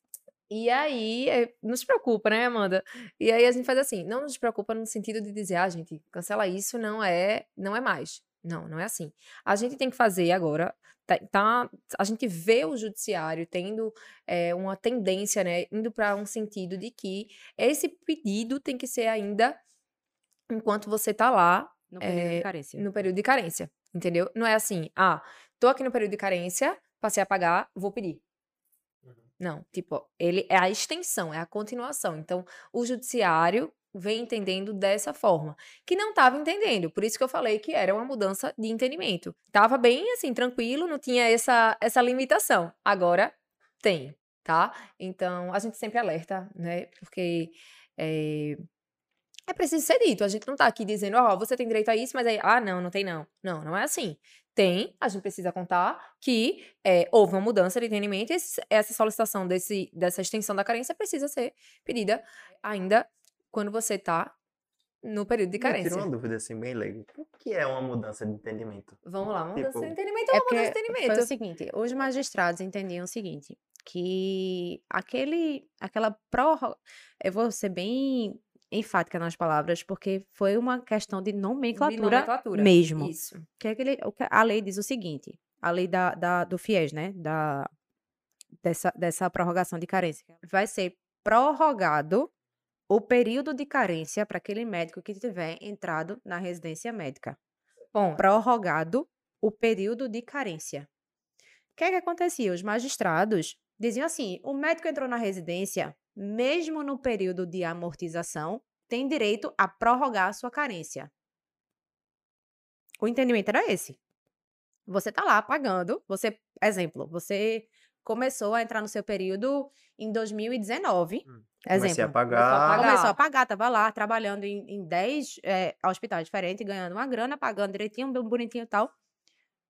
E aí, é, não se preocupa, né, Amanda? E aí a gente faz assim, não nos preocupa no sentido de dizer, ah, gente, cancela isso, não é, não é mais. Não, não é assim. A gente tem que fazer agora, tá, tá- a gente vê o judiciário tendo é, uma tendência, né, indo para um sentido de que esse pedido tem que ser ainda enquanto você tá lá No período de é, carência. no período de carência, entendeu? Não é assim, ah, tô aqui no período de carência, passei a pagar, vou pedir. Não, tipo, ele é a extensão, é a continuação. Então, o judiciário vem entendendo dessa forma, que não estava entendendo. Por isso que eu falei que era uma mudança de entendimento. Tava bem assim, tranquilo, não tinha essa essa limitação. Agora tem, tá? Então, a gente sempre alerta, né? Porque é, é preciso ser dito. A gente não tá aqui dizendo, ó, você tem direito a isso, mas aí, ah, não, não tem não. Não, não é assim. Tem, a gente precisa contar que é, houve uma mudança de entendimento e esse- essa solicitação desse, dessa extensão da carência precisa ser pedida ainda quando você tá no período de Me tira carência. uma dúvida assim, bem leigo. O que é uma mudança de entendimento? Vamos lá, mudança de Tipo, entendimento é É uma mudança de porque foi o entendimento. seguinte, os magistrados entendiam o seguinte, que aquele, aquela prórroga, eu vou ser bem enfática nas palavras, porque foi uma questão de De nomenclatura nomenclatura. mesmo. Isso. Que é aquele, o que a lei diz o seguinte, a lei da, da- do FIES, né, da, dessa, dessa prorrogação de carência, vai ser prorrogado o período de carência para aquele médico que tiver entrado na residência médica. Bom, Prorrogado o período de carência. O que é que acontecia? Os magistrados diziam assim: o médico entrou na residência, mesmo no período de amortização, tem direito a prorrogar a sua carência. O entendimento era esse. Você tá lá pagando, você, exemplo, você começou a entrar no seu período em dois mil e dezenove. Hum. Exemplo. comecei a começou a pagar. pagar. Começou a pagar, tava lá trabalhando em, em dez é, hospitais diferentes, ganhando uma grana, pagando direitinho, bem bonitinho e tal.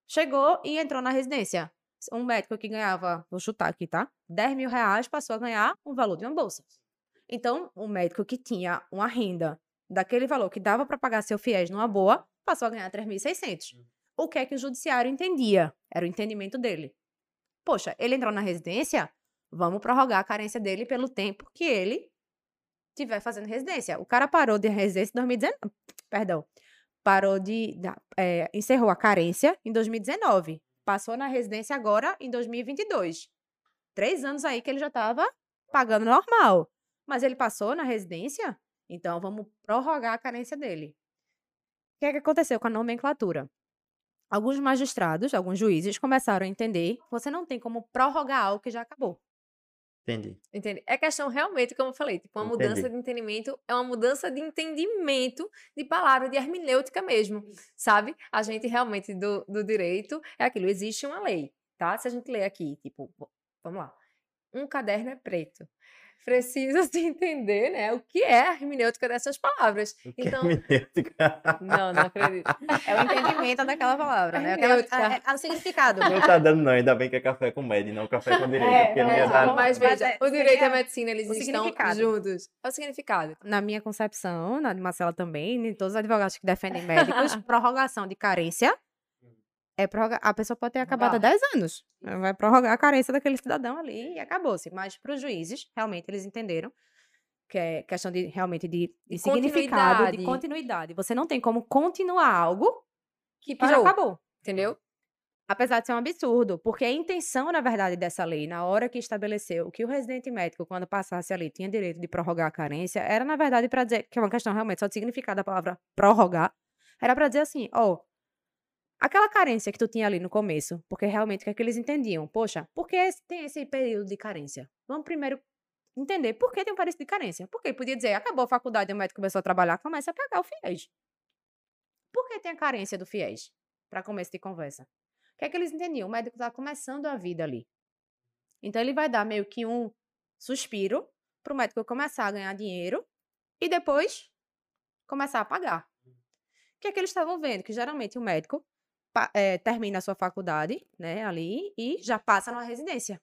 Chegou e entrou na residência. Um médico que ganhava, vou chutar aqui, tá? dez mil reais passou a ganhar o valor de uma bolsa. Então, o médico que tinha uma renda daquele valor que dava para pagar seu fiéis numa boa, passou a ganhar três mil e seiscentos. O que é que o judiciário entendia? Era o entendimento dele. Poxa, ele entrou na residência, vamos prorrogar a carência dele pelo tempo que ele estiver fazendo residência. O cara parou de residência em dois mil e dezenove, perdão, parou de, da- é, encerrou a carência em dois mil e dezenove, passou na residência agora em dois mil e vinte e dois. Três anos aí que ele já estava pagando normal, mas ele passou na residência, então vamos prorrogar a carência dele. O que é que aconteceu com a nomenclatura? Alguns magistrados, alguns juízes começaram a entender que você não tem como prorrogar algo que já acabou. Entendi. Entende? É questão realmente, como eu falei, tipo, uma mudança Entendi. de entendimento, é uma mudança de entendimento de palavra, de hermenêutica mesmo, sabe? A gente realmente, do, do direito, é aquilo, existe uma lei, tá? Se a gente ler aqui, tipo, v- vamos lá, um caderno é preto. Precisa se entender, né, o que é a hermenêutica dessas palavras. O que é Então, hermenêutica? não, não acredito. É o entendimento daquela palavra, né? Aquela, Hermenêutica. é, é o significado. Não tá dando, não. Ainda bem que é café com média, não café com direito. É, porque não é, ia dar. não, Mas mas veja, é- o direito e seria a medicina, eles o estão significado. juntos. É o significado. Na minha concepção, na de Marcela também, em todos os advogados que defendem médicos, prorrogação de carência é prorrogar. A pessoa pode ter acabado há Prorrogar. dez anos. Vai prorrogar a carência daquele cidadão ali e acabou-se. Mas para os juízes, realmente, eles entenderam que é questão de realmente de, de De significado, de continuidade. continuidade. Você não tem como continuar algo Que que já parou, acabou. entendeu? Apesar de ser um absurdo, porque a intenção, na verdade, dessa lei, na hora que estabeleceu que o residente médico, quando passasse ali, tinha direito de prorrogar a carência, era, na verdade, para dizer, que é uma questão realmente só de significado da palavra prorrogar, era para dizer assim, ó, aquela carência que tu tinha ali no começo, porque realmente o que é que eles entendiam? Poxa, por que esse- tem esse período de carência? Vamos primeiro entender por que tem um período de carência. Porque podia dizer, acabou a faculdade, o médico começou a trabalhar, começa a pagar o fiéis. Por que tem a carência do fiéis? Para começo de conversa. O que é que eles entendiam? O médico está começando a vida ali. Então, ele vai dar meio que um suspiro para o médico começar a ganhar dinheiro e depois começar a pagar. O que é que eles estavam vendo? Que geralmente o médico pa- eh, termina a sua faculdade, né, ali, e já passa numa residência.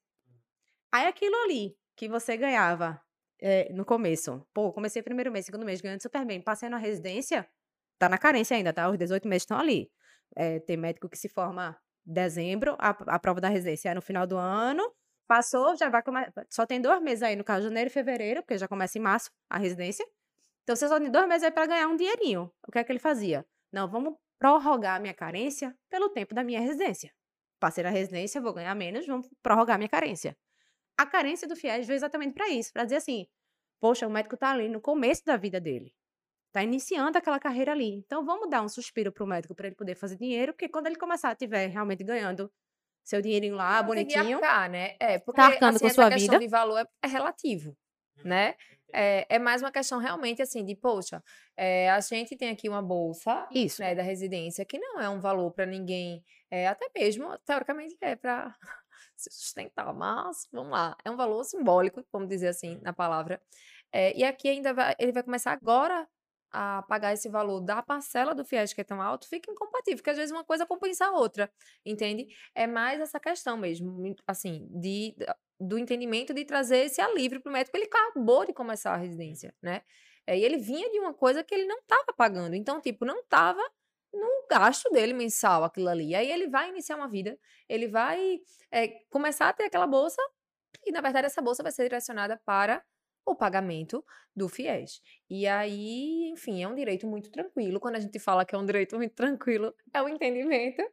Aí aquilo ali que você ganhava eh, no começo, pô, comecei primeiro mês, segundo mês, ganhando super bem, passei na residência, tá na carência ainda, tá? Os dezoito meses estão ali. Eh, tem médico que se forma em dezembro, a, a prova da residência é no final do ano, passou, já vai começar. Só tem dois meses aí, no caso, janeiro e fevereiro, porque já começa em março a residência. Então, você só tem dois meses aí para ganhar um dinheirinho. O que é que ele fazia? Não, vamos prorrogar a minha carência pelo tempo da minha residência. Passei na residência, vou ganhar menos, vamos prorrogar a minha carência. A carência do fiéis veio exatamente para isso, para dizer assim, poxa, o médico está ali no começo da vida dele. Está iniciando aquela carreira ali. Então, vamos dar um suspiro para o médico para ele poder fazer dinheiro, porque quando ele começar a estiver realmente ganhando seu dinheirinho lá, Conseguir bonitinho, arcar, né? É, porque tá arcando assim, com essa sua questão vida. de valor é, é relativo, né? É, é mais uma questão realmente assim de, poxa, é, a gente tem aqui uma bolsa, Isso. né, da residência que não é um valor para ninguém, é, até mesmo, teoricamente é para se sustentar, mas vamos lá, é um valor simbólico, vamos dizer assim, na palavra. É, e aqui ainda vai, ele vai começar agora a pagar esse valor da parcela do fiéis que é tão alto, fica incompatível, porque às vezes uma coisa compensa a outra, entende? É mais essa questão mesmo, assim, de, do entendimento de trazer esse alívio para o médico. Ele acabou de começar a residência, né? É, e ele vinha de uma coisa que ele não estava pagando. Então, tipo, não estava no gasto dele mensal aquilo ali. Aí ele vai iniciar uma vida, ele vai é, começar a ter aquela bolsa, e na verdade essa bolsa vai ser direcionada para o pagamento do fiéis. E aí, enfim, é um direito muito tranquilo. Quando a gente fala que é um direito muito tranquilo, é o entendimento,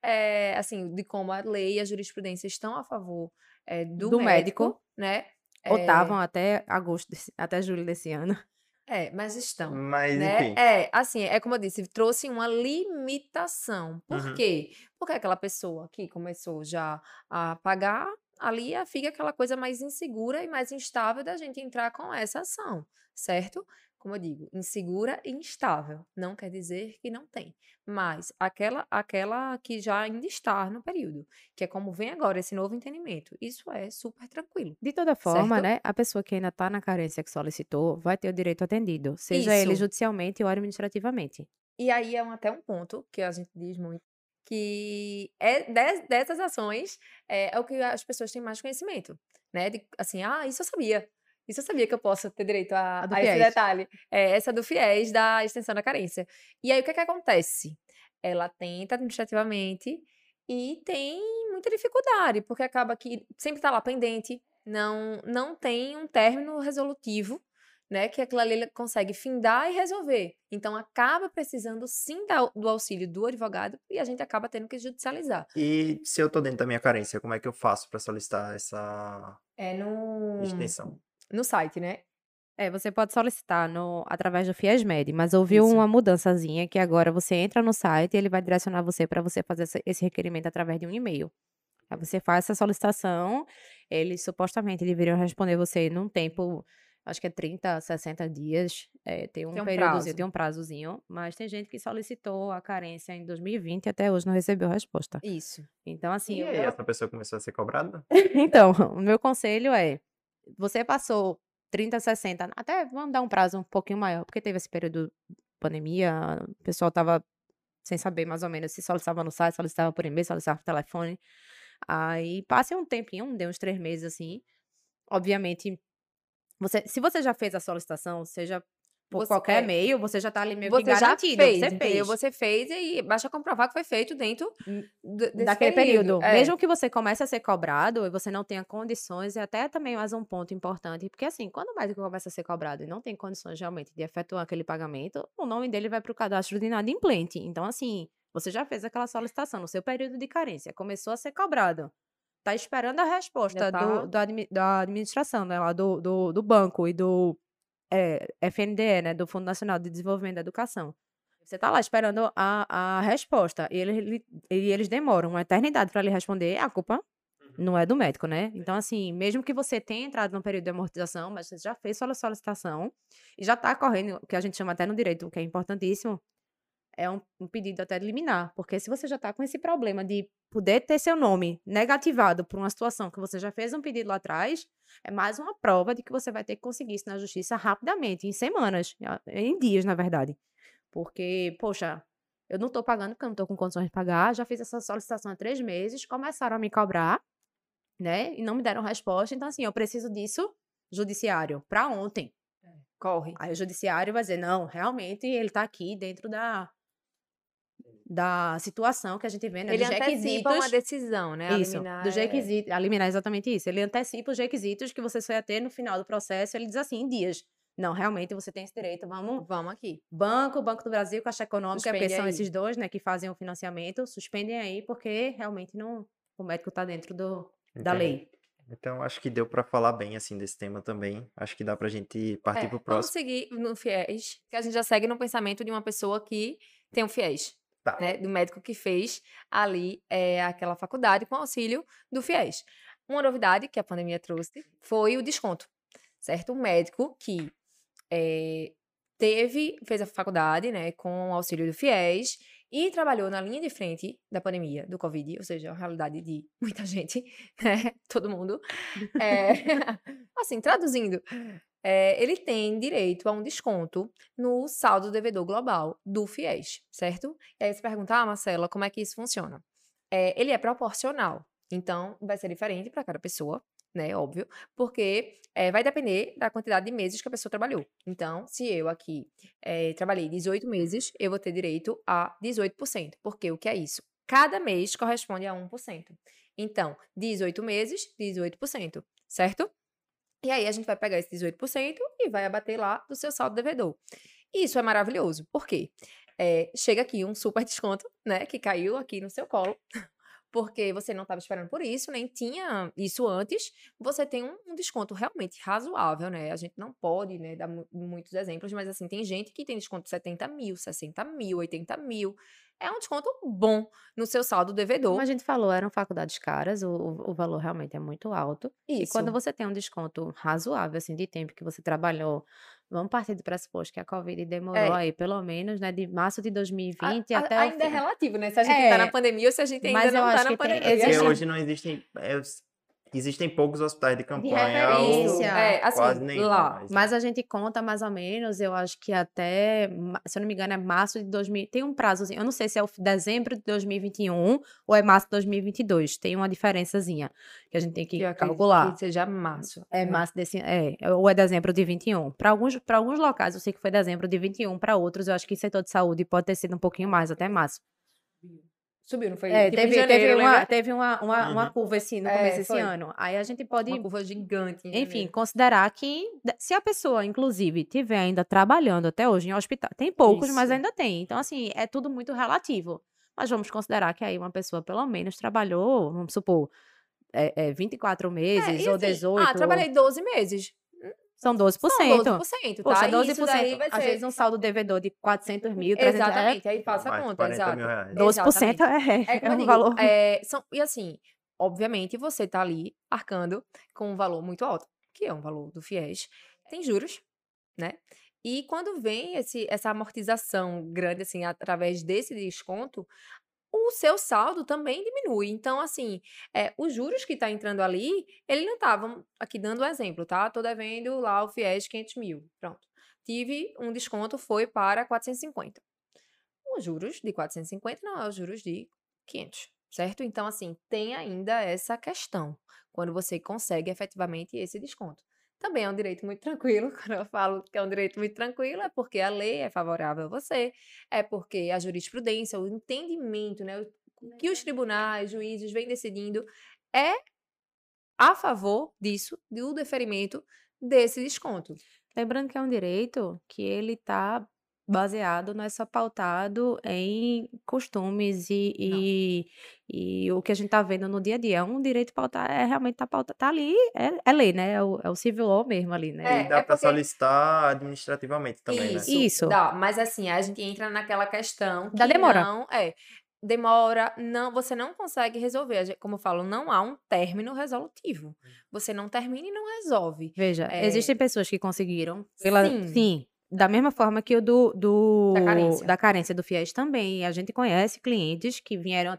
é, assim, de como a lei e a jurisprudência estão a favor é, do, Do médico, médico. né? Ou É, estavam até agosto, desse- até julho desse ano. é, mas estão, Mas, né? enfim. É, assim, é como eu disse, trouxe uma limitação. Por Uhum. quê? Porque aquela pessoa que começou já a pagar, ali a- fica aquela coisa mais insegura e mais instável da gente entrar com essa ação, certo? Como eu digo, insegura e instável. Não quer dizer que não tem. Mas aquela, aquela que já ainda está no período, que é como vem agora esse novo entendimento, isso é super tranquilo, De toda forma, certo? né, a pessoa que ainda está na carência que solicitou vai ter o direito atendido, seja ele Isso. judicialmente ou administrativamente. E aí é um, até um ponto que a gente diz muito. que é des- dessas ações é, é o que as pessoas têm mais conhecimento, né? De, assim, ah, isso eu sabia. Isso eu sabia que eu posso ter direito a, A do a esse FIES. detalhe. É, essa do FIES, da extensão da carência. E aí, o que é que acontece? Ela tenta administrativamente e tem muita dificuldade, porque acaba que sempre está lá pendente, não, não tem um término resolutivo, né? Que aquilo ali ele consegue findar e resolver. Então, acaba precisando sim da- do auxílio do advogado e a gente acaba tendo que judicializar. E se eu tô dentro da minha carência, como é que eu faço para solicitar essa É no, extensão? no site, né? É, você pode solicitar no através do FIESMED, mas houve Isso. uma mudançazinha que agora você entra no site e ele vai direcionar você para você fazer esse esse requerimento através de um e-mail. Aí você faz essa solicitação, eles supostamente deveriam responder você num tempo, acho que é trinta, sessenta dias, eh, tem um Tem um períodozinho, prazo. tem um prazozinho, mas tem gente que solicitou a carência em dois mil e vinte e até hoje não recebeu resposta. Isso. Então, assim, E o aí, meu essa pessoa começou a ser cobrada? então, o meu conselho é, você passou trinta, sessenta, até vamos dar um prazo um pouquinho maior, porque teve esse período de pandemia, o pessoal estava sem saber mais ou menos se solicitava no site, solicitava por e-mail, solicitava por telefone. Aí passe um tempinho, dê uns três meses assim. Obviamente, você, se você já fez a solicitação, seja por Você, qualquer é, meio, você já tá ali meio que você já garantido, fez, você entendeu? fez. Você fez e aí basta comprovar que foi feito dentro Hum, d- desse Daquele período. período. É. Mesmo que você comece a ser cobrado e você não tenha condições, é até também mais um ponto importante, porque assim, quando o médico começa a ser cobrado e não tem condições realmente de efetuar aquele pagamento, o nome dele vai para o cadastro de inadimplente. Então, assim, você já fez aquela solicitação no seu período de carência, começou a ser cobrado. Tá esperando a Já resposta do, tá. do admi- da administração, né, lá do, do, do banco e do é, F N D E, né, do Fundo Nacional de Desenvolvimento da Educação. Você tá lá esperando a, a resposta e eles, e eles demoram uma eternidade para lhe responder, a culpa não é do médico, né? Então, assim, mesmo que você tenha entrado no período de amortização, mas você já fez sua solicitação e já tá correndo, o que a gente chama até no direito, que é importantíssimo, é um, um pedido até de liminar, porque se você já tá com esse problema de poder ter seu nome negativado por uma situação que você já fez um pedido lá atrás, é mais uma prova de que você vai ter que conseguir isso na justiça rapidamente, em semanas, a- em dias, na verdade. Porque, poxa, eu não tô pagando porque eu não tô com condições de pagar, já fiz essa solicitação há três meses, começaram a me cobrar, né, e não me deram resposta, então assim, eu preciso disso judiciário, para ontem. Corre. Aí o judiciário vai dizer, não, realmente ele tá aqui dentro da da situação que a gente vê, né, Ele dos antecipa uma requisitos. decisão, né? A Isso, liminar dos é... requisitos, a liminar é exatamente isso. Ele antecipa os requisitos que você só ia ter no final do processo, ele diz assim, em dias. Não, realmente você tem esse direito, vamos. Vamos aqui. Banco, Banco do Brasil, Caixa Econômica, porque Suspende são aí. esses dois, né, que fazem o financiamento, suspendem aí, porque realmente não, o médico está dentro do, da Entendi. lei. Então, acho que deu para falar bem, assim, desse tema também. Acho que dá pra gente partir É, pro vamos próximo. seguir no FIES, que a gente já segue no pensamento de uma pessoa que tem um FIES, Tá. né? Do médico que fez ali é, aquela faculdade com auxílio do FIES. Uma novidade que a pandemia trouxe foi o desconto, certo? Um médico que é, teve, fez a faculdade, né, com o auxílio do FIES e trabalhou na linha de frente da pandemia do Covid, ou seja, a realidade de muita gente, né? Todo mundo. É, assim, traduzindo, é, ele tem direito a um desconto no saldo devedor global do FIES, certo? E aí você pergunta, ah, Marcela, como é que isso funciona? É, ele é proporcional, então vai ser diferente para cada pessoa, né? Óbvio, porque é, vai depender da quantidade de meses que a pessoa trabalhou. Então, se eu aqui é, trabalhei dezoito meses, eu vou ter direito a dezoito por cento, porque o que é isso? Cada mês corresponde a um por cento. Então, dezoito meses, dezoito por cento, certo? E aí a gente vai pegar esse dezoito por cento e vai abater lá do seu saldo devedor. Isso é maravilhoso. Por quê? É, chega aqui um super desconto, né? Que caiu aqui no seu colo. Porque você não estava esperando por isso, nem tinha isso antes, você tem um, um desconto realmente razoável, né? A gente não pode, né, dar mu- muitos exemplos, mas assim, tem gente que tem desconto de setenta mil, sessenta mil, oitenta mil. É um desconto bom no seu saldo Como devedor. a gente falou, eram faculdades caras, o, o o valor realmente é muito alto. E quando Isso. você tem um desconto razoável, assim, de tempo que você trabalhou, vamos partir do pressuposto que a Covid demorou É, aí, pelo menos, né, de março de a- dois mil e vinte a- até o ainda é fim. relativo, né? Se a gente tá na É, pandemia ou se a gente ainda mas eu não tá acho na que tem, É porque pandemia. existe. hoje não existem. é, existem poucos hospitais de De campanha ou referência. É, assim, quase nenhum lá. mais, né? Mas a gente conta mais ou menos, eu acho que até, ma- se eu não me engano, é março de dois mil. Tem um prazo, eu não sei se é o f- dezembro de dois mil e vinte e um ou é março de dois mil e vinte e dois. Tem uma diferençazinha que a gente tem Que que eu acredito calcular. que seja março. É É. março desse, é, ou é dezembro de vinte e um. Para alguns, para alguns locais eu sei que foi dezembro de vinte e um, para outros eu acho que setor de saúde pode ter sido um pouquinho mais, até março. Subiu, não foi? É, Tipo em teve, janeiro, teve, uma, lembra? teve uma, uma, uma Uhum. curva assim no É, começo desse foi. ano. Aí a gente Uma pode, curva gigante em enfim, janeiro. considerar que de- se a pessoa, inclusive, tiver ainda trabalhando até hoje em hospital, tem poucos, mas Isso. ainda tem. Então, assim, é tudo muito relativo. Mas vamos considerar que aí uma pessoa, pelo menos, trabalhou, vamos supor, é, é, vinte e quatro É, meses e ou assim, ah, dezoito, trabalhei doze meses. são doze por São doze cento. por cento, Poxa, tá? E isso daí doze por cento, vai às ser... vezes um saldo devedor de quatrocentos mil, trezentos, é, Exatamente, aí faça a Mais de conta, quarenta mil exato. reais. doze por cento Exatamente. é, É é como eu um digo, valor. é, são, e assim, obviamente você tá ali arcando com um valor muito alto, que é um valor do FIES. Tem juros, né? E quando vem esse, essa amortização grande, assim, através desse desconto, o seu saldo também diminui. Então, assim, é, os juros que está entrando ali, ele não estava, aqui dando um exemplo, tá? Tô devendo lá o FIES quinhentos mil, pronto. Tive um desconto, foi para quatrocentos e cinquenta. Os juros de quatrocentos e cinquenta não é os juros de quinhentos, certo? Então, assim, tem ainda essa questão, quando você consegue efetivamente esse desconto. Também é um direito muito tranquilo, quando eu falo que é um direito muito tranquilo, é porque a lei é favorável a você, é porque a jurisprudência, o entendimento, né, o que os tribunais, juízes vêm decidindo é a favor disso, do deferimento desse desconto. Lembrando que é um direito que ele está baseado, não é só pautado em costumes e, Não. e, e o que a gente está vendo no dia a dia. É um direito pautar, é realmente tá pautado, tá ali, é, é lei, né? É o, é o civil law mesmo ali, né? E É, dá é para porque solicitar administrativamente também, né? Isso, Isso, dá, mas assim, a gente entra naquela questão dá que demora. não é, demora, não, você não consegue resolver. A gen- Como eu falo, não há um término resolutivo. Você não termina e não resolve. Veja, É, existem pessoas que conseguiram, pela, sim, sim, da mesma forma que o do, da do carência. da carência do FIES também. A gente conhece clientes que vieram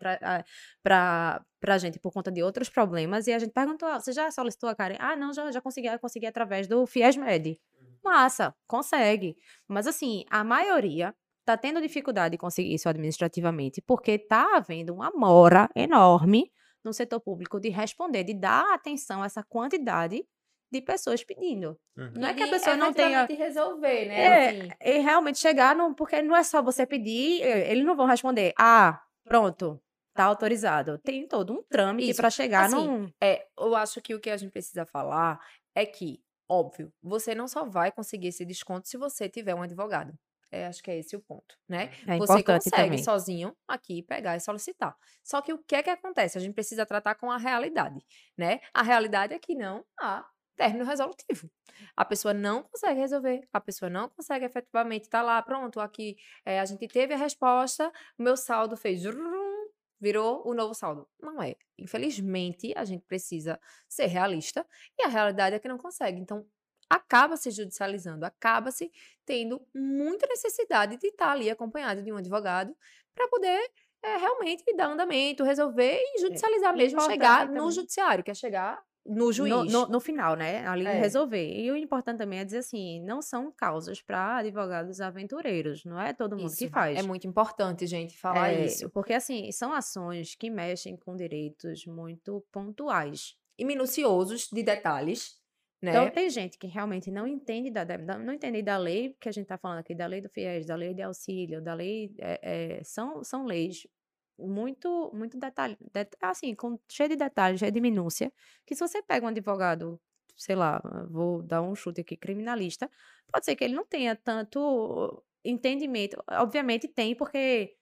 para a gente por conta de outros problemas e a gente perguntou: ah, você já solicitou a carência? Ah, não, já, já consegui, eu consegui através do FIES-Med. Massa, consegue. Mas assim, a maioria está tendo dificuldade de conseguir isso administrativamente porque está havendo uma mora enorme no setor público de responder, de dar atenção a essa quantidade de pessoas pedindo. Uhum. Não E é que a de pessoa não tenha. efetivamente resolver, né? É, Assim, e realmente chegar, num, porque não é só você pedir, eh, eles não vão responder. Ah, pronto, tá autorizado. Tem todo um trâmite isso. para chegar Assim, num. é, eu acho que o que a gente precisa falar é que, óbvio, você não só vai conseguir esse desconto se você tiver um advogado. É, acho que é esse o ponto, né? É Você importante consegue também. sozinho aqui pegar e solicitar. Só que o que é que acontece? A gente precisa tratar com a realidade, né? A realidade é que não há término resolutivo. A pessoa não consegue resolver, a pessoa não consegue efetivamente estar lá, pronto, aqui é, a gente teve a resposta, o meu saldo fez zurrum, virou o novo saldo. Não é. Infelizmente, a gente precisa ser realista e a realidade é que não consegue. Então, acaba se judicializando, acaba-se tendo muita necessidade de estar ali acompanhado de um advogado para poder é, realmente dar andamento, resolver e É, judicializar e mesmo, importante chegar no também. judiciário, que é chegar no No, juiz. no, no final, né? Ali É, resolver. E o importante também é dizer assim: não são causas para advogados aventureiros. Não é todo mundo que isso. É faz. muito importante, gente, falar É, isso. porque, assim, são ações que mexem com direitos muito pontuais. E minuciosos de detalhes, Então, né? tem gente que realmente não entende da, da- não entende da lei, que a gente está falando aqui, da lei do FIES, da lei de auxílio, da lei. é, é, são, são leis muito, muito detalhe, det- assim, com, cheio de detalhes, cheio de minúcia, que se você pega um advogado, sei lá, vou dar um chute aqui, criminalista, pode ser que ele não tenha tanto entendimento. Obviamente tem, porque.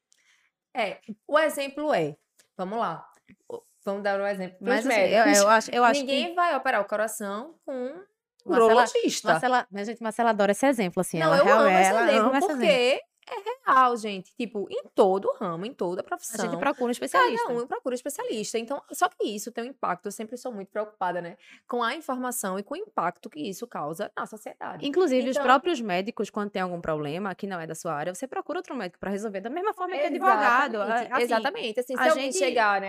É, o exemplo é, vamos lá, o- vamos dar um exemplo para os Mas assim, eu, médicos. eu acho, eu acho que. Ninguém vai operar o coração com um Marcela, urologista. Marcela, minha gente, Marcela adora esse exemplo, assim, Não, ela eu amo realmente, esse ela exemplo ama esse exemplo. porque é real, gente. Tipo, em todo ramo, em toda A gente profissão, procura um cada especialista. um procura especialista. Então, só que isso tem um impacto. Eu sempre sou muito preocupada, né? Com a informação e com o impacto que isso causa na sociedade. Inclusive, os Então, próprios médicos, quando tem algum problema que não é da sua área, você procura outro médico para resolver, da mesma forma que advogado. exatamente, a- Assim, exatamente. Assim, se a alguém gente. chegar, né?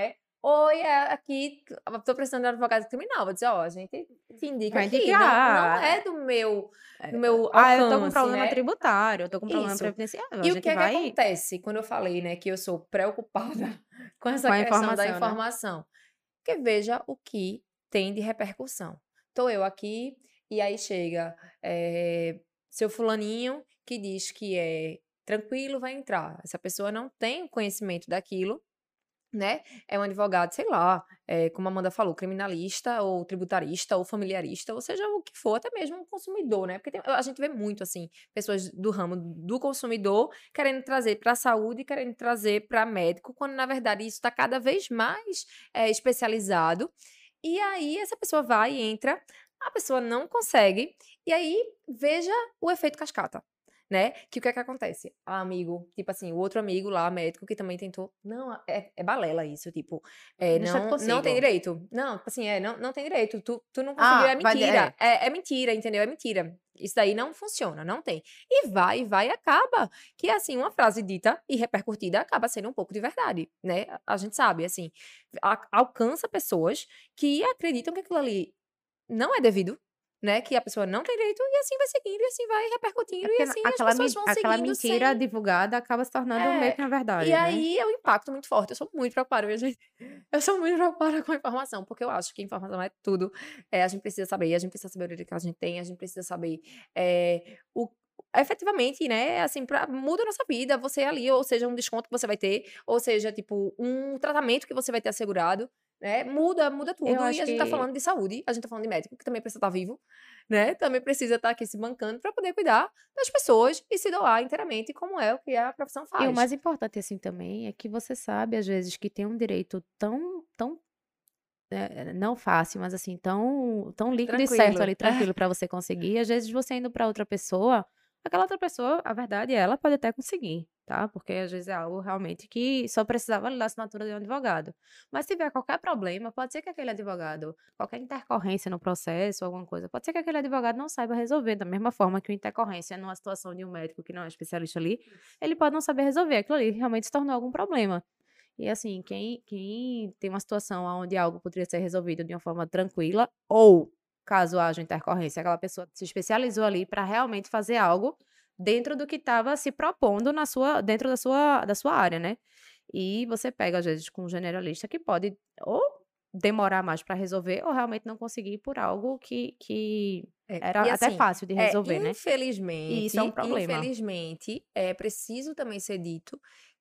oi, é aqui, tô precisando de um advogado criminal. Vou dizer, ó, a gente te indica Vai aqui. indicar. Não, não é do meu, do meu Ah, eu tô com alcance, problema né? tributário, eu tô com problema Isso. previdenciário. A E o gente que é que vai acontece quando eu falei, né, que eu sou preocupada com essa com a questão da informação, né? informação? Porque veja o que tem de repercussão. Tô eu aqui e aí chega eh, seu fulaninho que diz que é tranquilo, vai entrar. Essa pessoa não tem o conhecimento daquilo, né? É um advogado, sei lá, eh, como a Amanda falou, criminalista ou tributarista ou familiarista, ou seja, o que for, até mesmo um consumidor, né? Porque tem- a gente vê muito, assim, pessoas do ramo do consumidor querendo trazer para a saúde, querendo trazer para médico, quando na verdade isso está cada vez mais eh, especializado. E aí essa pessoa vai e entra, a pessoa não consegue, e aí veja o efeito cascata. Né? Que o que é que acontece? Ah, amigo, tipo assim, o outro amigo lá, médico, que também tentou. Não, é, é balela isso, tipo, é, Deixa não, não tem consigo. direito. Não, tipo assim, é, não, não tem direito. Tu, tu não conseguiu, Ah, é vai, mentira. é. É, é mentira, entendeu? É mentira. Isso daí não funciona, não tem. E vai, vai e acaba. Que assim, uma frase dita e repercutida acaba sendo um pouco de verdade, né? A gente sabe, assim, a- alcança pessoas que acreditam que aquilo ali não é devido, né? Que a pessoa não tem direito, e assim vai seguindo, e assim vai É repercutindo, e porque assim as aquela, pessoas men- vão aquela seguindo mentira sem. divulgada acaba se tornando meio É, que uma e verdade, né? aí é um impacto muito forte. Eu sou muito preocupada, minha gente. Eu sou muito preocupada com a informação, porque eu acho que informação é tudo. É, a gente precisa saber, a gente precisa saber o direito que a gente tem, a gente precisa saber é, o. Efetivamente, né? Assim, pra, muda a nossa vida. Você é ali, ou seja, um desconto que você vai ter, ou seja, tipo, um tratamento que você vai ter assegurado, né? Muda, muda Eu tudo. E acho a gente tá que falando de saúde, a gente tá falando de médico, que também precisa estar vivo, né? Também precisa estar aqui se bancando para poder cuidar das pessoas e se doar inteiramente, como é o que a profissão E o faz. mais importante, assim, também, é que você sabe, às vezes, que tem um direito tão, tão, eh, não fácil, mas assim, tão, tão líquido e certo Tranquilo. ali, tranquilo para você conseguir. Às vezes, você indo para outra pessoa, aquela outra pessoa, a verdade, ela pode até conseguir, tá? Porque às vezes é algo realmente que só precisava ali da assinatura de um advogado. Mas se tiver qualquer problema, pode ser que aquele advogado, qualquer intercorrência no processo, alguma coisa, pode ser que aquele advogado não saiba resolver, da mesma forma que uma intercorrência numa situação de um médico que não é especialista ali, ele pode não saber resolver. Aquilo ali realmente se tornou algum problema. E assim, quem, quem tem uma situação onde algo poderia ser resolvido de uma forma tranquila, ou caso haja intercorrência, aquela pessoa se especializou ali para realmente fazer algo dentro do que estava se propondo na sua, dentro da sua, da sua área, né? E você pega, às vezes, com um generalista que pode ou demorar mais para resolver, ou realmente não conseguir por algo que, que É, era e até assim, fácil de é, resolver, né? E isso é um infelizmente, problema. infelizmente, é preciso também ser dito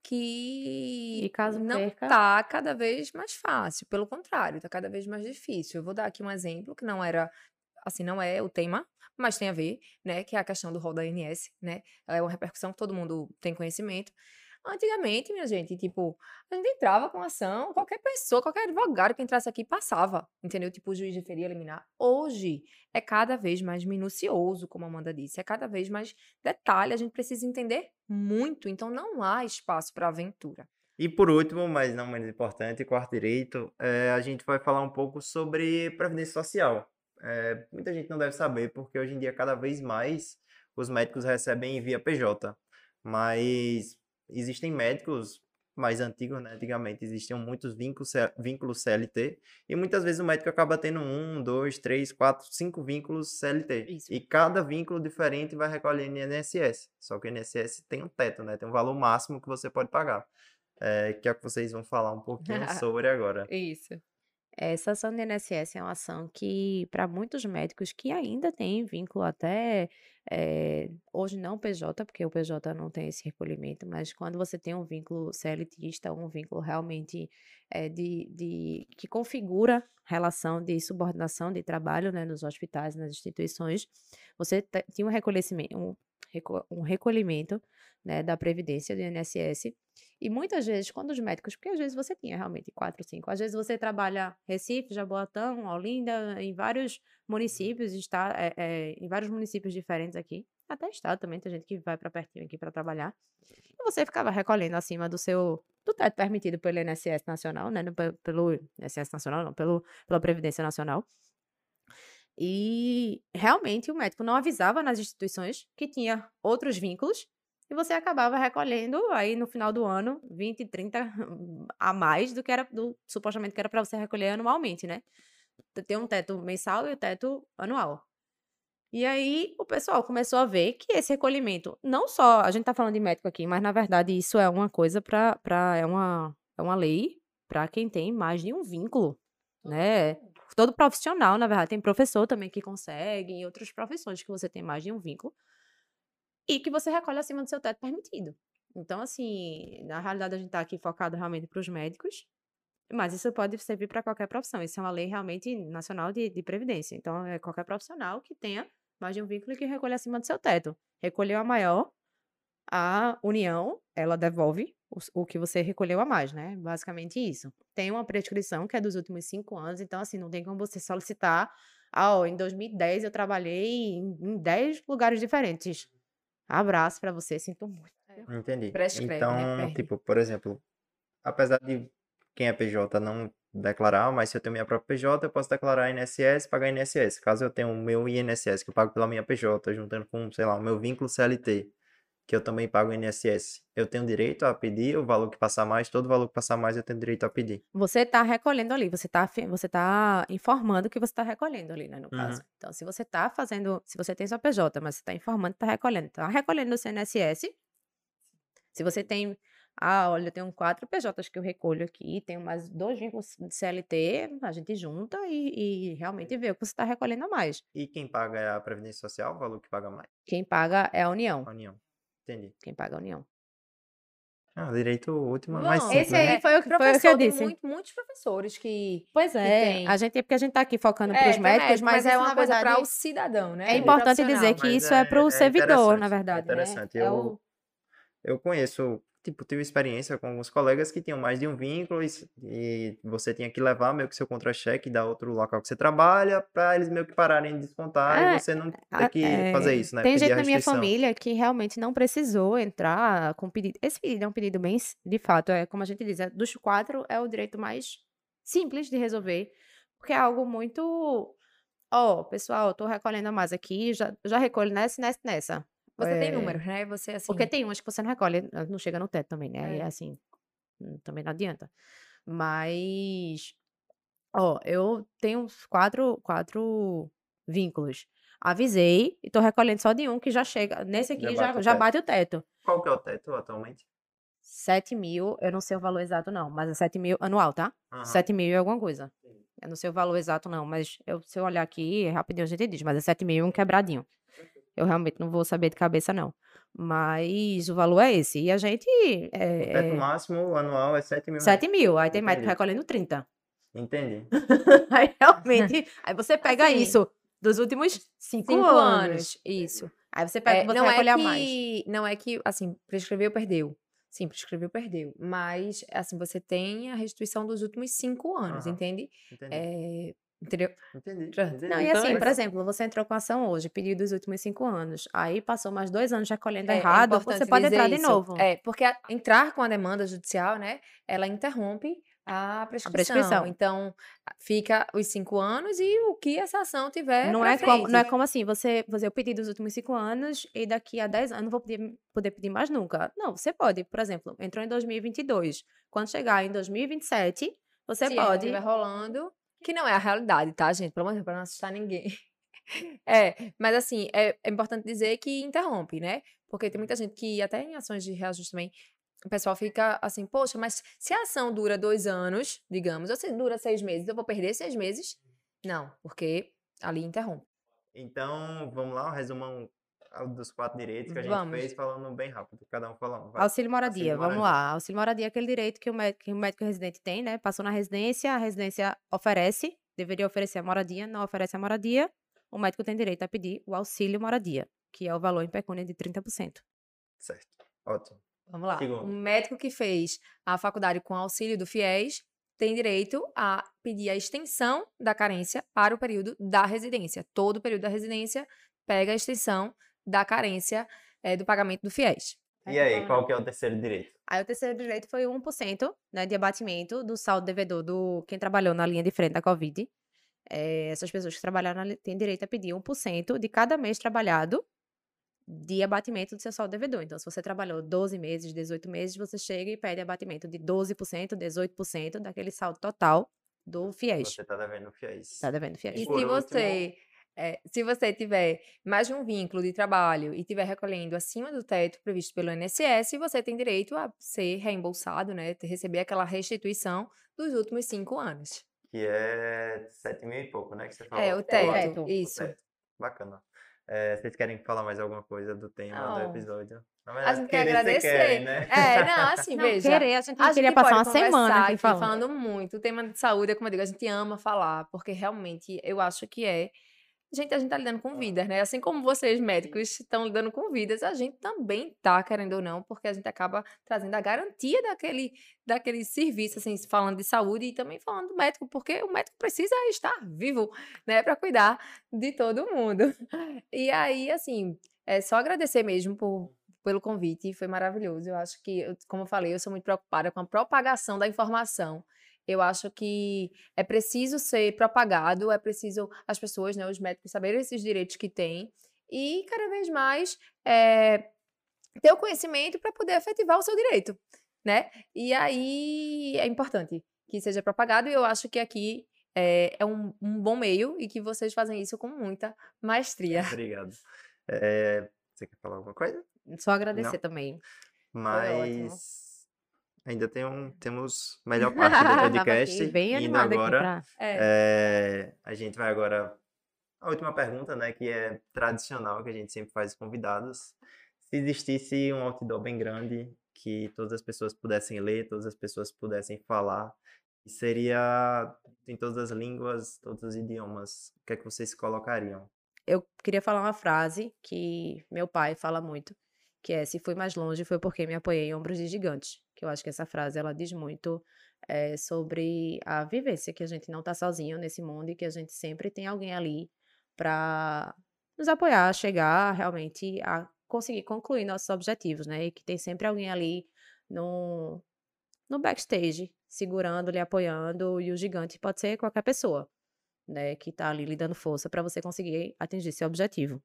E que caso não perca, tá cada vez mais fácil, pelo contrário, tá cada vez mais difícil. Eu vou dar aqui um exemplo que não era, assim, não é o tema, mas tem a ver, né, que é a questão do rol da A N S, né? É uma repercussão que todo mundo tem conhecimento. Antigamente, minha gente, tipo, a gente entrava com ação, qualquer pessoa, qualquer advogado que entrasse aqui passava, entendeu? Tipo, o juiz deferia eliminar. Hoje é cada vez mais minucioso, como a Amanda disse, é cada vez mais detalhe, a gente precisa entender muito, então não há espaço para aventura. E por último, mas não menos importante, quarto direito, eh, a gente vai falar um pouco sobre previdência social. Eh, muita gente não deve saber, porque hoje em dia, cada vez mais, os médicos recebem via P J. Mas existem médicos mais antigos, né? Antigamente existiam muitos vínculos, C- vínculos C L T, e muitas vezes o médico acaba tendo um, dois, três, quatro, cinco vínculos C L T. Isso. E cada vínculo diferente vai recolher no I N S S. Só que o I N S S tem um teto, né? Tem um valor máximo que você pode pagar. É, que é o que vocês vão falar um pouquinho sobre agora. Isso. essa ação do I N S S é uma ação que, para muitos médicos que ainda têm vínculo até, eh, hoje não P J, porque o P J não tem esse recolhimento, mas quando você tem um vínculo CLTista, um vínculo realmente eh, de, de, que configura relação de subordinação de trabalho, né, nos hospitais, nas instituições, você te- tinha um recolhimento, um, reco- um recolhimento, né, da Previdência do I N S S, e muitas vezes, quando os médicos, porque às vezes você tinha realmente quatro, cinco, às vezes você trabalha Recife, Jaboatão, Olinda, em vários municípios, está, é, é, em vários municípios diferentes aqui, até estado também, tem gente que vai para pertinho aqui para trabalhar, e você ficava recolhendo acima do seu, do teto permitido pelo I N S S Nacional, né, não pe- pelo I N S S Nacional, não, pelo, pela Previdência Nacional, e realmente o médico não avisava nas instituições que tinha outros vínculos, e você acabava recolhendo aí no final do ano vinte, trinta a mais do que era do supostamente que era para você recolher anualmente, né? Tem um teto mensal e o teto anual. E aí o pessoal começou a ver que esse recolhimento, não só, a gente tá falando de médico aqui, mas na verdade isso é uma coisa para para é uma é uma lei para quem tem mais de um vínculo, né? Todo profissional, na verdade, tem professor também que consegue, e outras profissões que você tem mais de um vínculo, e que você recolhe acima do seu teto permitido. Então, assim, na realidade a gente tá aqui focado realmente para os médicos, mas isso pode servir para qualquer profissão. Isso é uma lei realmente nacional de, de previdência. Então, é qualquer profissional que tenha mais de um vínculo e que recolhe acima do seu teto. Recolheu a maior, a União, ela devolve o, s- o que você recolheu a mais, né? Basicamente isso. Tem uma prescrição que é dos últimos cinco anos, então, assim, não tem como você solicitar. Ah, ó, em dois mil e dez eu trabalhei em, em dez lugares diferentes. Abraço para você, sinto muito. Entendi. Prescreve, né? Então, Perde. tipo, por exemplo, apesar de quem é P J não declarar, mas se eu tenho minha própria P J, eu posso declarar I N S S, pagar I N S S. Caso eu tenha o meu I N S S que eu pago pela minha P J, juntando com, sei lá, o meu vínculo C L T, que eu também pago I N S S, eu tenho direito a pedir o valor que passar mais, todo valor que passar mais eu tenho direito a pedir. Você está recolhendo ali, você está você tá informando que você está recolhendo ali, né, no caso. Uhum. Então, se você está fazendo, se você tem sua P J, mas você está informando que está recolhendo, está recolhendo no C N S S. Se você tem, ah, olha, eu tenho quatro P Js que eu recolho aqui, tenho mais dois vínculos de C L T, a gente junta e, e realmente vê o que você está recolhendo a mais. E quem paga é a Previdência Social, o valor que paga mais? Quem paga é a União. A União. Entendi. Quem paga é a União. Ah, o direito último é mais Bom, simples, Esse né? aí é, foi o que, foi o que eu professor, tem disse. muito, muitos professores que, Pois que é, tem. a gente, porque a gente tá aqui focando para É, os tem médicos, médico, mas mas é isso, uma na coisa para verdade, o cidadão, né? é O importante dizer profissional. que Mas isso é para o é, é servidor, na interessante, é verdade, né? interessante. É Eu, o... eu conheço, tipo, tive experiência com alguns colegas que tinham mais de um vínculo e, s- e você tinha que levar meio que seu contra-cheque da outro local que você trabalha para eles meio que pararem de descontar e É, você não ter a- que fazer é, isso, né? tem Pedir gente a na minha restrição. família que realmente não precisou entrar com pedido. Esse pedido é um pedido bem, s- de fato, é como a gente diz, é, dos quatro é o direito mais simples de resolver, porque é algo muito. Ó, pessoal, eu tô recolhendo a mais aqui, já, já recolho nessa, nessa, nessa. Você tem É, números, né? Você, porque assim. tem umas que você não recolhe, eh, não chega no teto também, né? Aí é É. assim, hum, também não adianta. Mas, ó, eu tenho uns quatro, quatro vínculos. Avisei e tô recolhendo só de um que já chega. Nesse Já aqui bate já, o já teto. bate o teto. Qual que é o teto atualmente? Sete mil, eu não sei o valor exato, não, mas é sete mil anual, tá? Aham. Sete mil e alguma coisa. Eu não sei o valor exato, não, mas eu, se eu olhar aqui, rapidinho a gente diz, mas é sete mil e um quebradinho. Eu realmente não vou saber de cabeça, não. Mas o valor é esse. E a gente. O teto É, é máximo anual é sete mil reais. sete mil. Aí tem médico Entendi. recolhendo trinta. Entendi. Aí realmente. Aí você pega Assim, isso dos últimos cinco, cinco anos. anos, isso. Aí você pega, É, você não é recolhe a mais. que, não é que, assim, prescreveu, perdeu. Sim, prescreveu, perdeu. Mas, assim, você tem a restituição dos últimos cinco anos, Aham. entende? Entendi. É, entendeu? Entendi. Pronto. Entendi. Não, e Então, assim, é por isso. exemplo, você entrou com ação hoje, pediu dos últimos cinco anos. Aí passou mais dois anos recolhendo É, é errado, você importante pode dizer entrar de isso. novo. É, porque a- entrar com a demanda judicial, né, ela interrompe a A prescrição. prescrição. Então, a- fica os cinco anos e o que essa ação tiver Não pra é como, não é frente. como assim, você fazer o pedido dos últimos cinco anos e daqui a dez anos não vou poder, poder pedir mais nunca. Não, você pode, por exemplo, entrou em dois mil e vinte e dois. Quando chegar em dois mil e vinte e sete, você Se ainda estiver pode. rolando, que não é a realidade, tá, gente? Pelo amor de Deus, pra não assustar ninguém. É, mas assim, é, é importante dizer que interrompe, né? Porque tem muita gente que, até em ações de reajuste também, o pessoal fica assim, poxa, mas se a ação dura dois anos, digamos, ou se dura seis meses, eu vou perder seis meses? Não, porque ali interrompe. Então, vamos lá, um resumão ah, dos quatro direitos que a gente Vamos. fez, falando bem rápido, cada um falando. Vai. Auxílio moradia, Auxílio vamos moradia. lá. Auxílio moradia é aquele direito que o médico, que o médico residente tem, né? Passou na residência, a residência oferece, deveria oferecer a moradia, não oferece a moradia, o médico tem direito a pedir o auxílio moradia, que é o valor em pecúnia de trinta por cento. Certo. Ótimo. Vamos lá. Segundo. Um médico que fez a faculdade com auxílio do FIES tem direito a pedir a extensão da carência para o período da residência. Todo o período da residência pega a extensão da carência eh, do pagamento do FIES. E aí, qual que é o terceiro direito? Aí o terceiro direito foi um por cento, né, de abatimento do saldo devedor do quem trabalhou na linha de frente da Covid. Eh, essas pessoas que trabalharam ali têm direito a pedir um por cento de cada mês trabalhado de abatimento do seu saldo devedor. Então, se você trabalhou doze meses, dezoito meses, você chega e pede abatimento de doze por cento, dezoito por cento daquele saldo total do FIES. Você tá devendo FIES. Tá devendo E FIES. E por se último, você, é, se você tiver mais de um vínculo de trabalho e estiver recolhendo acima do teto previsto pelo I N S S, você tem direito a ser reembolsado, né? ter- Receber aquela restituição dos últimos cinco anos. que é sete mil e pouco, né? Que você falou. É, o Ou teto, teto. O isso. teto. Bacana. É, vocês querem falar mais alguma coisa do tema do Não. episódio? Na A verdade, gente quer querer vocês querem, agradecer. né? É, não, assim, Não, veja. querer, a gente A queria gente passar pode uma semana conversar aqui aqui falando. falando muito. O tema de saúde, é como eu digo, a gente ama falar, porque realmente eu acho que é. Gente, a gente tá lidando com vidas, né? Assim como vocês, médicos, estão lidando com vidas, a gente também tá, querendo ou não, porque a gente acaba trazendo a garantia daquele, daquele serviço, assim, falando de saúde e também falando do médico, porque o médico precisa estar vivo, né, para cuidar de todo mundo. E aí, assim, é só agradecer mesmo por, pelo convite, foi maravilhoso. Eu acho que, eu- como eu falei, eu sou muito preocupada com a propagação da informação. Eu acho que é preciso ser propagado, é preciso as pessoas, né, os médicos saberem esses direitos que têm e cada vez mais eh, ter o conhecimento para poder efetivar o seu direito, né? E aí é importante que seja propagado e eu acho que aqui é, é um, um bom meio e que vocês fazem isso com muita maestria. Obrigado. É, você quer falar alguma coisa? Só agradecer Não? também. Foi ótimo. Mas ainda tem um, temos a melhor parte do Tava podcast. aqui bem Indo animada aqui agora, pra. É. é, a gente vai agora a última pergunta, né, que é tradicional, que a gente sempre faz com convidados. Se existisse um outdoor bem grande, que todas as pessoas pudessem ler, todas as pessoas pudessem falar, e seria em todas as línguas, todos os idiomas, o que é que vocês colocariam? Eu queria falar uma frase que meu pai fala muito, que é: se fui mais longe foi porque me apoiei em ombros de gigantes. Que eu acho que essa frase ela diz muito eh, sobre a vivência, que a gente não tá sozinho nesse mundo e que a gente sempre tem alguém ali para nos apoiar a chegar realmente a conseguir concluir nossos objetivos, né? E que tem sempre alguém ali no, no backstage, segurando, lhe apoiando, e o gigante pode ser qualquer pessoa, né, que tá ali lhe dando força para você conseguir atingir seu objetivo.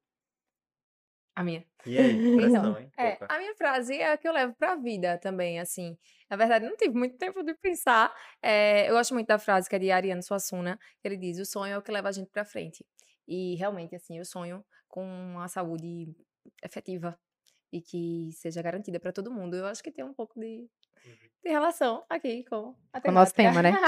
A minha. E aí, Então, pressão, hein? é, Pouca. a minha frase é a que eu levo pra vida também, assim. Na verdade, não tive muito tempo de pensar. É, eu gosto muito da frase que é de Ariano Suassuna, que ele diz: o sonho é o que leva a gente pra frente. E realmente, assim, eu sonho com uma saúde efetiva e que seja garantida pra todo mundo. Eu acho que tem um pouco de, de relação aqui com a Com o nosso temática. tema, né?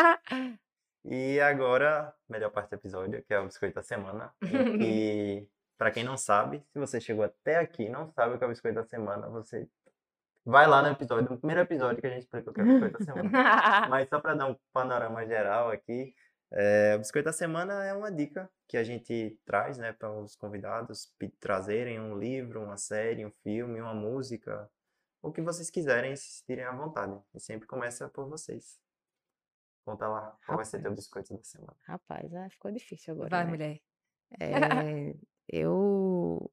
E agora, melhor parte do episódio, que é o Biscoito da Semana, em que, para quem não sabe, se você chegou até aqui e não sabe o que é o Biscoito da Semana, você vai lá no episódio, no primeiro episódio que a gente explica o que é o Biscoito da Semana. Mas só para dar um panorama geral aqui, é, o Biscoito da Semana é uma dica que a gente traz, né, para os convidados pe- trazerem um livro, uma série, um filme, uma música, o que vocês quiserem, se sentirem à vontade. E sempre começa por vocês. Conta lá, qual vai ser teu Rapaz, biscoito da semana? rapaz, ah, ficou difícil agora, Vai, né? mulher. É, eu.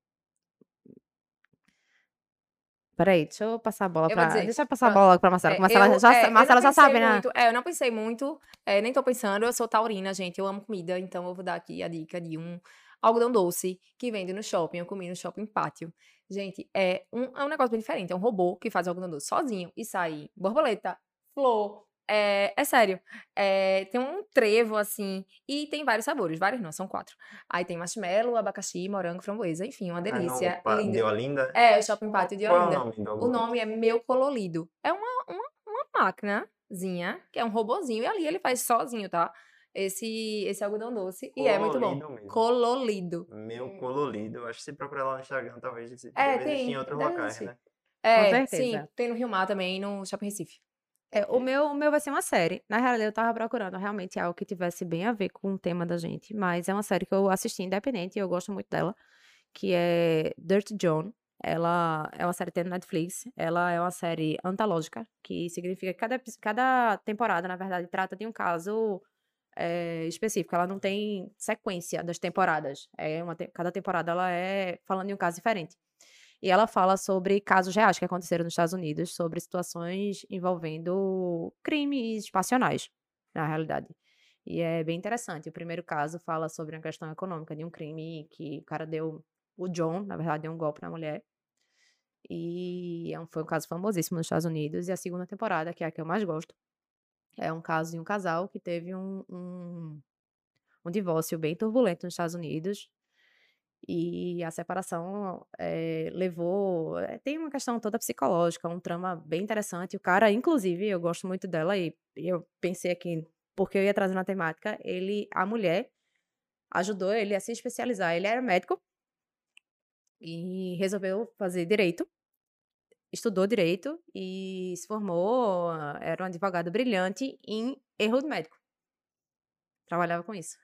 Peraí, deixa eu passar a bola Eu vou pra. dizer. Deixa eu passar a Pronto. bola logo pra Marcela, que É, Marcela eu, já, é, eu não Marcela já pensei sabe, né? muito, é, eu não pensei muito, é, nem tô pensando, eu sou taurina, gente, eu amo comida, então eu vou dar aqui a dica de um algodão doce que vende no shopping, eu comi no shopping Pátio. Gente, é um, é um negócio bem diferente, é um robô que faz algodão doce sozinho e sai borboleta, flor, é, é sério, é, tem um trevo assim, e tem vários sabores, vários não, são quatro. Aí tem marshmallow, abacaxi, morango, framboesa, enfim, uma Ah, no delícia, pa- lindo. de Olinda? É, o Shopping Pátio de Qual é o Olinda. nome do O algodão? nome é Meu Colorido. É uma, uma, uma máquinazinha, que é um robozinho, e ali ele faz sozinho, tá? Esse, esse algodão doce. E é muito bom. Colorido mesmo. Colorido. Meu colorido. Acho que se procurar lá no Instagram, talvez esse- É, deve existir em tem. outros Deve locais, existir. né? Com É, sim. certeza. Tem no Rio Mar também, no Shopping Recife. É, o meu, o meu vai ser uma série. Na realidade, eu tava procurando realmente algo que tivesse bem a ver com o tema da gente, mas é uma série que eu assisti independente e eu gosto muito dela, que é Dirty John. Ela é uma série que tem no Netflix. Ela é uma série antológica, que significa que cada, epi- cada temporada, na verdade, trata de um caso é, específico. Ela não tem sequência das temporadas. É uma, te- cada temporada ela é falando de um caso diferente. E ela fala sobre casos reais que aconteceram nos Estados Unidos, sobre situações envolvendo crimes passionais, na realidade. E é bem interessante. O primeiro caso fala sobre uma questão econômica de um crime que o cara deu o John, na verdade, deu um golpe na mulher. E é um, foi um caso famosíssimo nos Estados Unidos. E a segunda temporada, que é a que eu mais gosto, é um caso de um casal que teve um, um, um divórcio bem turbulento nos Estados Unidos. E a separação eh, levou. eh, Tem uma questão toda psicológica, um trama bem interessante. O cara, inclusive, eu gosto muito dela e eu pensei aqui, porque eu ia trazer na temática, ele, a mulher, ajudou ele a se especializar. Ele era médico e resolveu fazer direito, estudou direito e se formou. ah, Era um advogado brilhante em erro médico. Trabalhava com isso.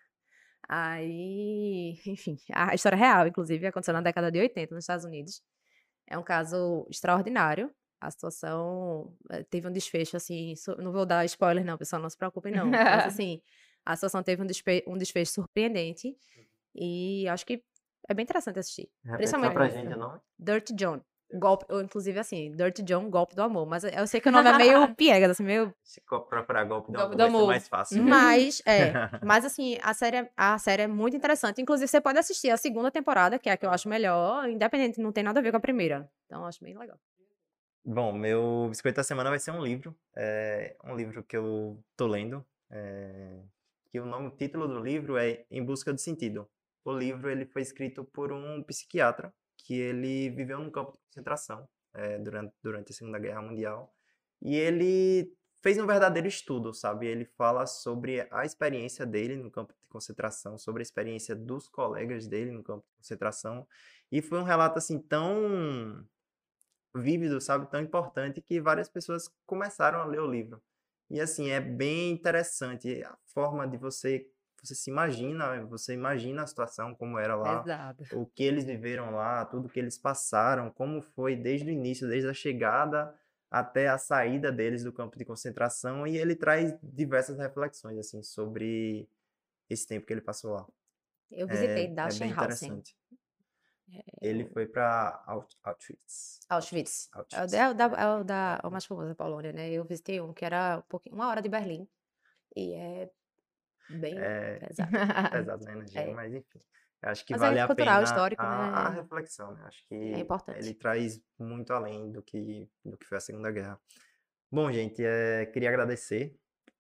Aí, enfim, a história é real, inclusive, aconteceu na década de oitenta nos Estados Unidos. É um caso extraordinário. A situação eh, teve um desfecho, assim, su- não vou dar spoiler, não, pessoal, não se preocupem, não. Mas, assim, a situação teve um, despe- um desfecho surpreendente e acho que é bem interessante assistir. Repete só Principalmente pra isso. gente o nome. Dirty John. Golpe, ou inclusive assim, Dirty John, golpe do amor. Mas eu sei que o nome é meio piegas, assim, meio. Se co- procurar golpe do Golpe amor do vai ser amor. mais fácil. Mas, é. Mas assim, a série, é- a série é muito interessante. Inclusive, você pode assistir a segunda temporada, que é a que eu acho melhor, independente, não tem nada a ver com a primeira. Então, eu acho bem legal. Bom, meu biscoito da semana vai ser um livro. É um livro que eu tô lendo. é, que o nome, o título do livro é Em Busca do Sentido. O livro ele foi escrito por um psiquiatra que ele viveu num campo de concentração é, durante, durante a Segunda Guerra Mundial. E ele fez um verdadeiro estudo, sabe? Ele fala sobre a experiência dele no campo de concentração, sobre a experiência dos colegas dele no campo de concentração. E foi um relato assim tão vívido, sabe, tão importante que várias pessoas começaram a ler o livro. E assim, é bem interessante a forma de você você se imagina, você imagina a situação como era lá, Exato. o que eles viveram lá, tudo que eles passaram, como foi desde o início, desde a chegada até a saída deles do campo de concentração, e ele traz diversas reflexões assim sobre esse tempo que ele passou lá. Eu É, visitei é bem Dachau. interessante. É Ele o foi para Auschwitz. Auschwitz. É o, Auschwitz. da, é o da, é o da- é o mais famoso da Polônia, né? Eu visitei um que era um pouquinho, uma hora de Berlim. E é bem É pesado. pesado na energia, É. mas enfim. Eu acho que Mas vale é a cultural, pena histórico, a, a né? reflexão, né? Acho É que ele importante. traz muito além do que, do que foi a Segunda Guerra. Bom, gente, é, queria agradecer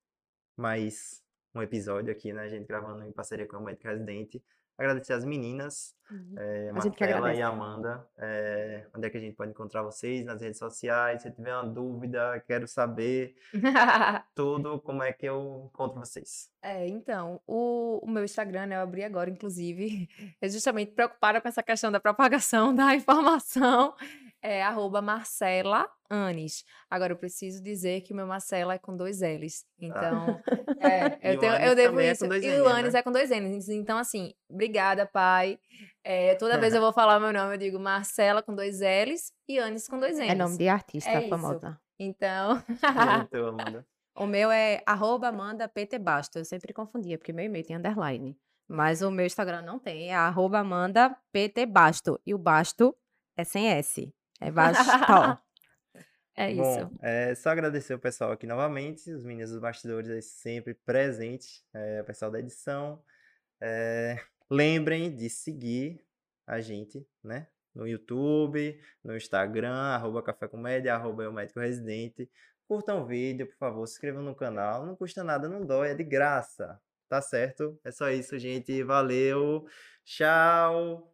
mais um episódio aqui, né? A gente gravando em parceria com o Médico Residente. Agradecer as meninas, Uhum. é, A gente que Marcela e agradece. Amanda. É, onde é que a gente pode encontrar vocês? Nas redes sociais. Se tiver uma dúvida, quero saber tudo, como é que eu encontro vocês? É, então, o, o meu Instagram, né, eu abri agora, inclusive, é justamente preocupada com essa questão da propagação da informação, é arroba Marcela Anes. Agora, eu preciso dizer que o meu Marcela é com dois L's, então, é, E eu, o tenho, eu Anis devo também é isso. com dois E o N's, Anis né? é com dois N's, então, assim, obrigada, pai. É, toda vez eu vou falar meu nome, eu digo Marcela com dois L's e Anis com dois É nome N's. de artista É isso. famosa. Então, E o teu, Amanda? O meu é arroba Amanda P T Basto. Eu sempre confundia, porque meu e-mail tem underline. Mas o meu Instagram não tem, é arroba Amanda P T Basto. E o Basto é sem S. É Bastó. é isso. Bom, é só agradecer o pessoal aqui novamente, os meninos dos bastidores aí sempre presentes, é, o pessoal da edição. É, lembrem de seguir a gente, né? No YouTube, no Instagram, arroba Café Comédia, arroba Eu Médico Residente. Curtam o vídeo, por favor, se inscrevam no canal. Não custa nada, não dói, é de graça. Tá certo? É só isso, gente. Valeu. Tchau.